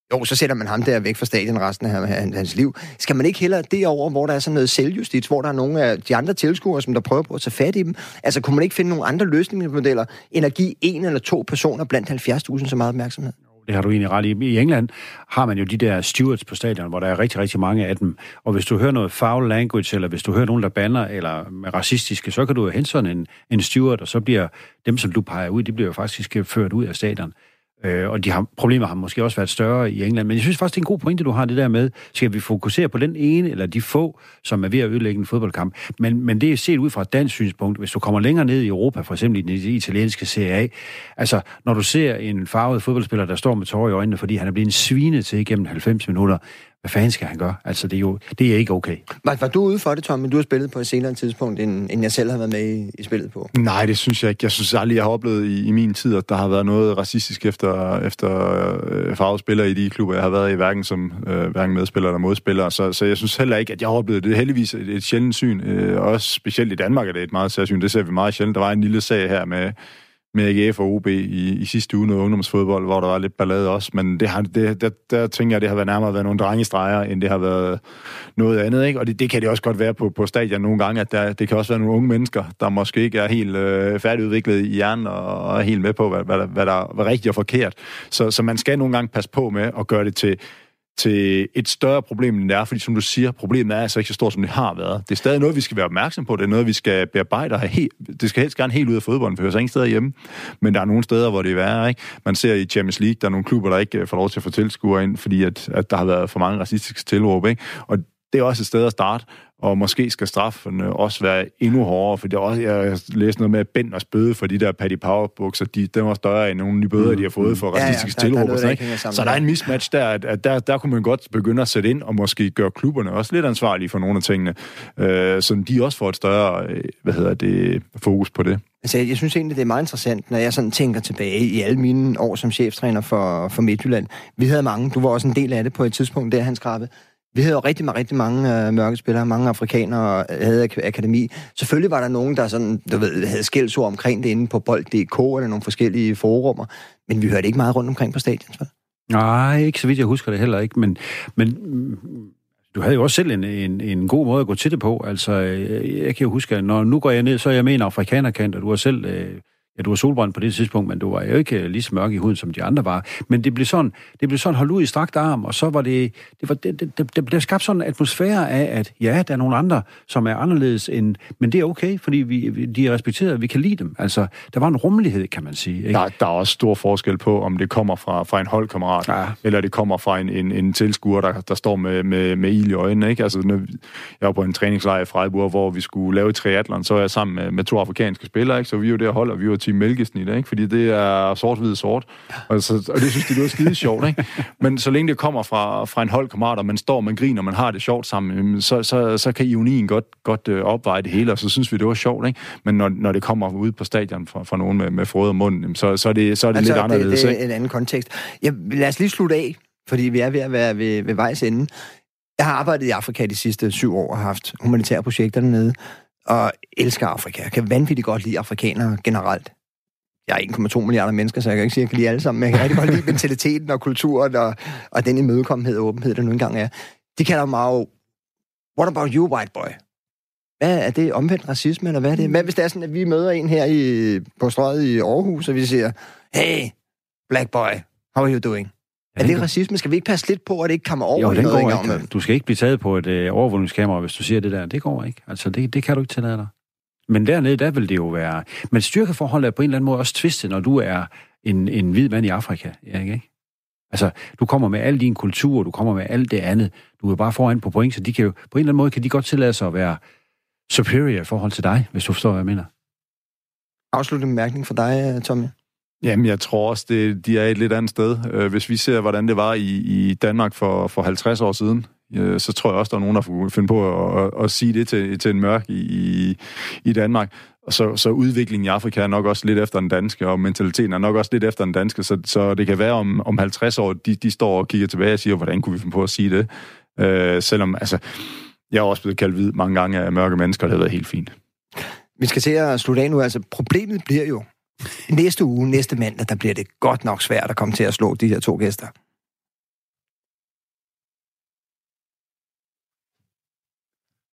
A: jo, så sætter man ham der væk fra stadion resten af hans liv. Skal man ikke hellere derover, hvor der er sådan noget selvjustits, hvor der er nogle af de andre tilskuere, som der prøver på at tage fat i dem? Altså, kunne man ikke finde nogle andre løsningsmodeller, end at give en eller to personer blandt halvfjerds tusind så meget opmærksomhed?
C: Det har du egentlig ret i. I England har man jo de der stewards på stadion, hvor der er rigtig, rigtig mange af dem. Og hvis du hører noget foul language, eller hvis du hører nogen, der banner, eller med racistiske, så kan du jo hente sådan en, en steward, og så bliver dem, som du peger ud, de bliver jo faktisk ført ud af stadion. Øh, og de har, problemer har måske også været større i England. Men jeg synes faktisk, det er en god pointe, du har det der med, skal vi fokusere på den ene, eller de få, som er ved at ødelægge en fodboldkamp. Men, men det er set ud fra et dansk synspunkt. Hvis du kommer længere ned i Europa, for eksempel i den italienske Serie A, altså når du ser en farvet fodboldspiller, der står med tårer i øjnene, fordi han er blevet en svine til igennem halvfems minutter, hvad fanden skal han gøre? Altså, det er jo det er ikke okay.
A: Var, var du ude for det, Tom, men du har spillet på et senere tidspunkt, end, end jeg selv har været med i, i spillet på?
B: Nej, det synes jeg ikke. Jeg synes aldrig, jeg har oplevet i, i min tid, at der har været noget racistisk efter, efter øh, farvede spillere i de klubber, jeg har været i, hverken som øh, hverken medspiller eller modspiller. Så, så jeg synes heller ikke, at jeg har oplevet det. Det er heldigvis et, et sjældent syn. Øh, også specielt i Danmark er det et meget særsyn. Det ser vi meget sjældent. Der var en lille sag her med med A G F og O B i, i sidste uge, noget ungdomsfodbold, hvor der var lidt ballade også, men det har, det, der, der tænker jeg, det har været nærmere været nogle drengestreger, end det har været noget andet, ikke? Og det, det kan det også godt være på, på stadion nogle gange, at der, det kan også være nogle unge mennesker, der måske ikke er helt øh, færdigudviklet i hjernen, og, og er helt med på, hvad, hvad, hvad der er rigtigt og forkert. Så, så man skal nogle gange passe på med at gøre det til til et større problem, end det er, fordi som du siger, problemet er altså ikke så stort, som det har været. Det er stadig noget, vi skal være opmærksom på, det er noget, vi skal bearbejde, og have helt, det skal helst gerne helt ud af fodbolden, for det er ingen steder hjemme, men der er nogle steder, hvor det er værre, ikke? Man ser i Champions League, der er nogle klubber, der ikke får lov til at få tilskuere ind, fordi at, at der har været for mange racistiske tilråb, ikke? Og det er også et sted at starte, og måske skal straffen også være endnu hårdere, for det er også, jeg læste noget med at Bend og spøde for de der Paddy Power-bukser, de, de var større end nogle nye bøder, mm. de har fået for racistiske ja, ja, tilråb. Så, så der er en mismatch der, at, at der, der kunne man godt begynde at sætte ind, og måske gøre klubberne også lidt ansvarlige for nogle af tingene, øh, så de også får et større, hvad hedder det, fokus på det.
A: Altså, jeg synes egentlig, det er meget interessant, når jeg sådan tænker tilbage i alle mine år som cheftræner for, for Midtjylland. Vi havde mange, du var også en del af det på et tidspunkt der, Hans Krabbe. Vi havde jo rigtig, rigtig mange øh, mørke spillere, mange afrikanere havde ak- akademi. Selvfølgelig var der nogen, der sådan, du ved, havde skældsord omkring det inde på bold punktum d k eller nogle forskellige forummer, men vi hørte ikke meget rundt omkring på stadion, så?
C: Nej, ikke så vidt jeg husker det heller ikke, men, men du havde jo også selv en, en, en god måde at gå til det på. Altså, jeg kan jo huske, at når nu går jeg ned, så er jeg med en afrikanerkant, og du har selv... Øh, Ja, du var solbrændt på det tidspunkt, men du var jo ikke lige så mørk i huden, som de andre var. Men det blev sådan, det blev sådan holdt ud i strakt arm, og så var det, det, var, det, det, det blev skabt sådan en atmosfære af, at ja, der er nogle andre, som er anderledes end, men det er okay, fordi vi, de er respekteret, vi kan lide dem. Altså, der var en rummelighed, kan man sige. Ikke? Der,
B: der er også stor forskel på, om det kommer fra, fra en holdkammerat, ja. Eller det kommer fra en, en, en tilskuer, der, der står med, med, med ild i øjnene. Ikke? Altså, når jeg var på en træningslejr i Freiburg, hvor vi skulle lave triathlon, så var jeg sammen med, med to afrikanske spillere, ikke? Så vi var der hold, og vi var Team Mælkesnit, ikke? Fordi det er sort-hvid sort. Og, så, og det synes de, det var skide sjovt, ikke? Men så længe det kommer fra, fra en holdkammerat, og man står, man griner, og man har det sjovt sammen, så, så, så kan ironien godt, godt opveje det hele, og så synes vi, det var sjovt, ikke? Men når, når det kommer ud på stadion fra, fra nogen med, med frode og munden, så, så er det, så er det altså, lidt anderledes,
A: det, det er en anden kontekst. Ja, lad os lige slutte af, fordi vi er ved at være ved, ved vejs ende. Jeg har arbejdet i Afrika de sidste syv år og haft humanitære projekter dernede, og elsker Afrika. Jeg kan vanvittigt godt lide afrikanere generelt. Jeg er en komma to milliarder mennesker, så jeg kan ikke sige, at jeg kan lide alle sammen, men jeg kan rigtig godt lide mentaliteten og kulturen og, og den imødekommenhed og åbenhed, der nu engang er. De kalder mig jo, what about you, white boy? Hvad er det? Omvendt racisme, eller hvad er det? Hvad hvis det er sådan, at vi møder en her i, på strøget i Aarhus, og vi siger, hey, black boy, how are you doing? Ja, er det racisme? Skal vi ikke passe lidt på, at det ikke kommer over?
C: Jo,
A: i
C: den
A: noget
C: går ikke. Du skal ikke blive taget på et øh, overvågningskamera, hvis du siger det der. Det går ikke. Altså, det, det kan du ikke tillade dig. Men dernede, der vil det jo være... Men styrkeforholdet er på en eller anden måde også tvistet, når du er en, en hvid mand i Afrika. Ja, ikke? Altså, du kommer med al din kultur, du kommer med alt det andet. Du er bare foran på point, så de kan jo... På en eller anden måde kan de godt tillade sig at være superior i forhold til dig, hvis du forstår, hvad jeg mener.
A: Afsluttende bemærkning for dig, Tommy?
B: Jamen, jeg tror også, det, de er et lidt andet sted. Hvis vi ser, hvordan det var i, i Danmark for, for halvtreds år siden, så tror jeg også, der er nogen, der får finde på at, at, at sige det til, til en mørk i, i Danmark. Og så, så udviklingen i Afrika er nok også lidt efter den danske, og mentaliteten er nok også lidt efter den danske, så, så det kan være om, om halvtreds år, de, de står og kigger tilbage og siger, hvordan kunne vi finde på at sige det? Øh, selvom, altså, jeg er også blevet kaldt hvid mange gange af mørke mennesker, det har været helt fint.
A: Vi skal til at slutte af nu, altså problemet bliver jo, næste uge, næste mandag, der bliver det godt nok svært at komme til at slå de her to gæster.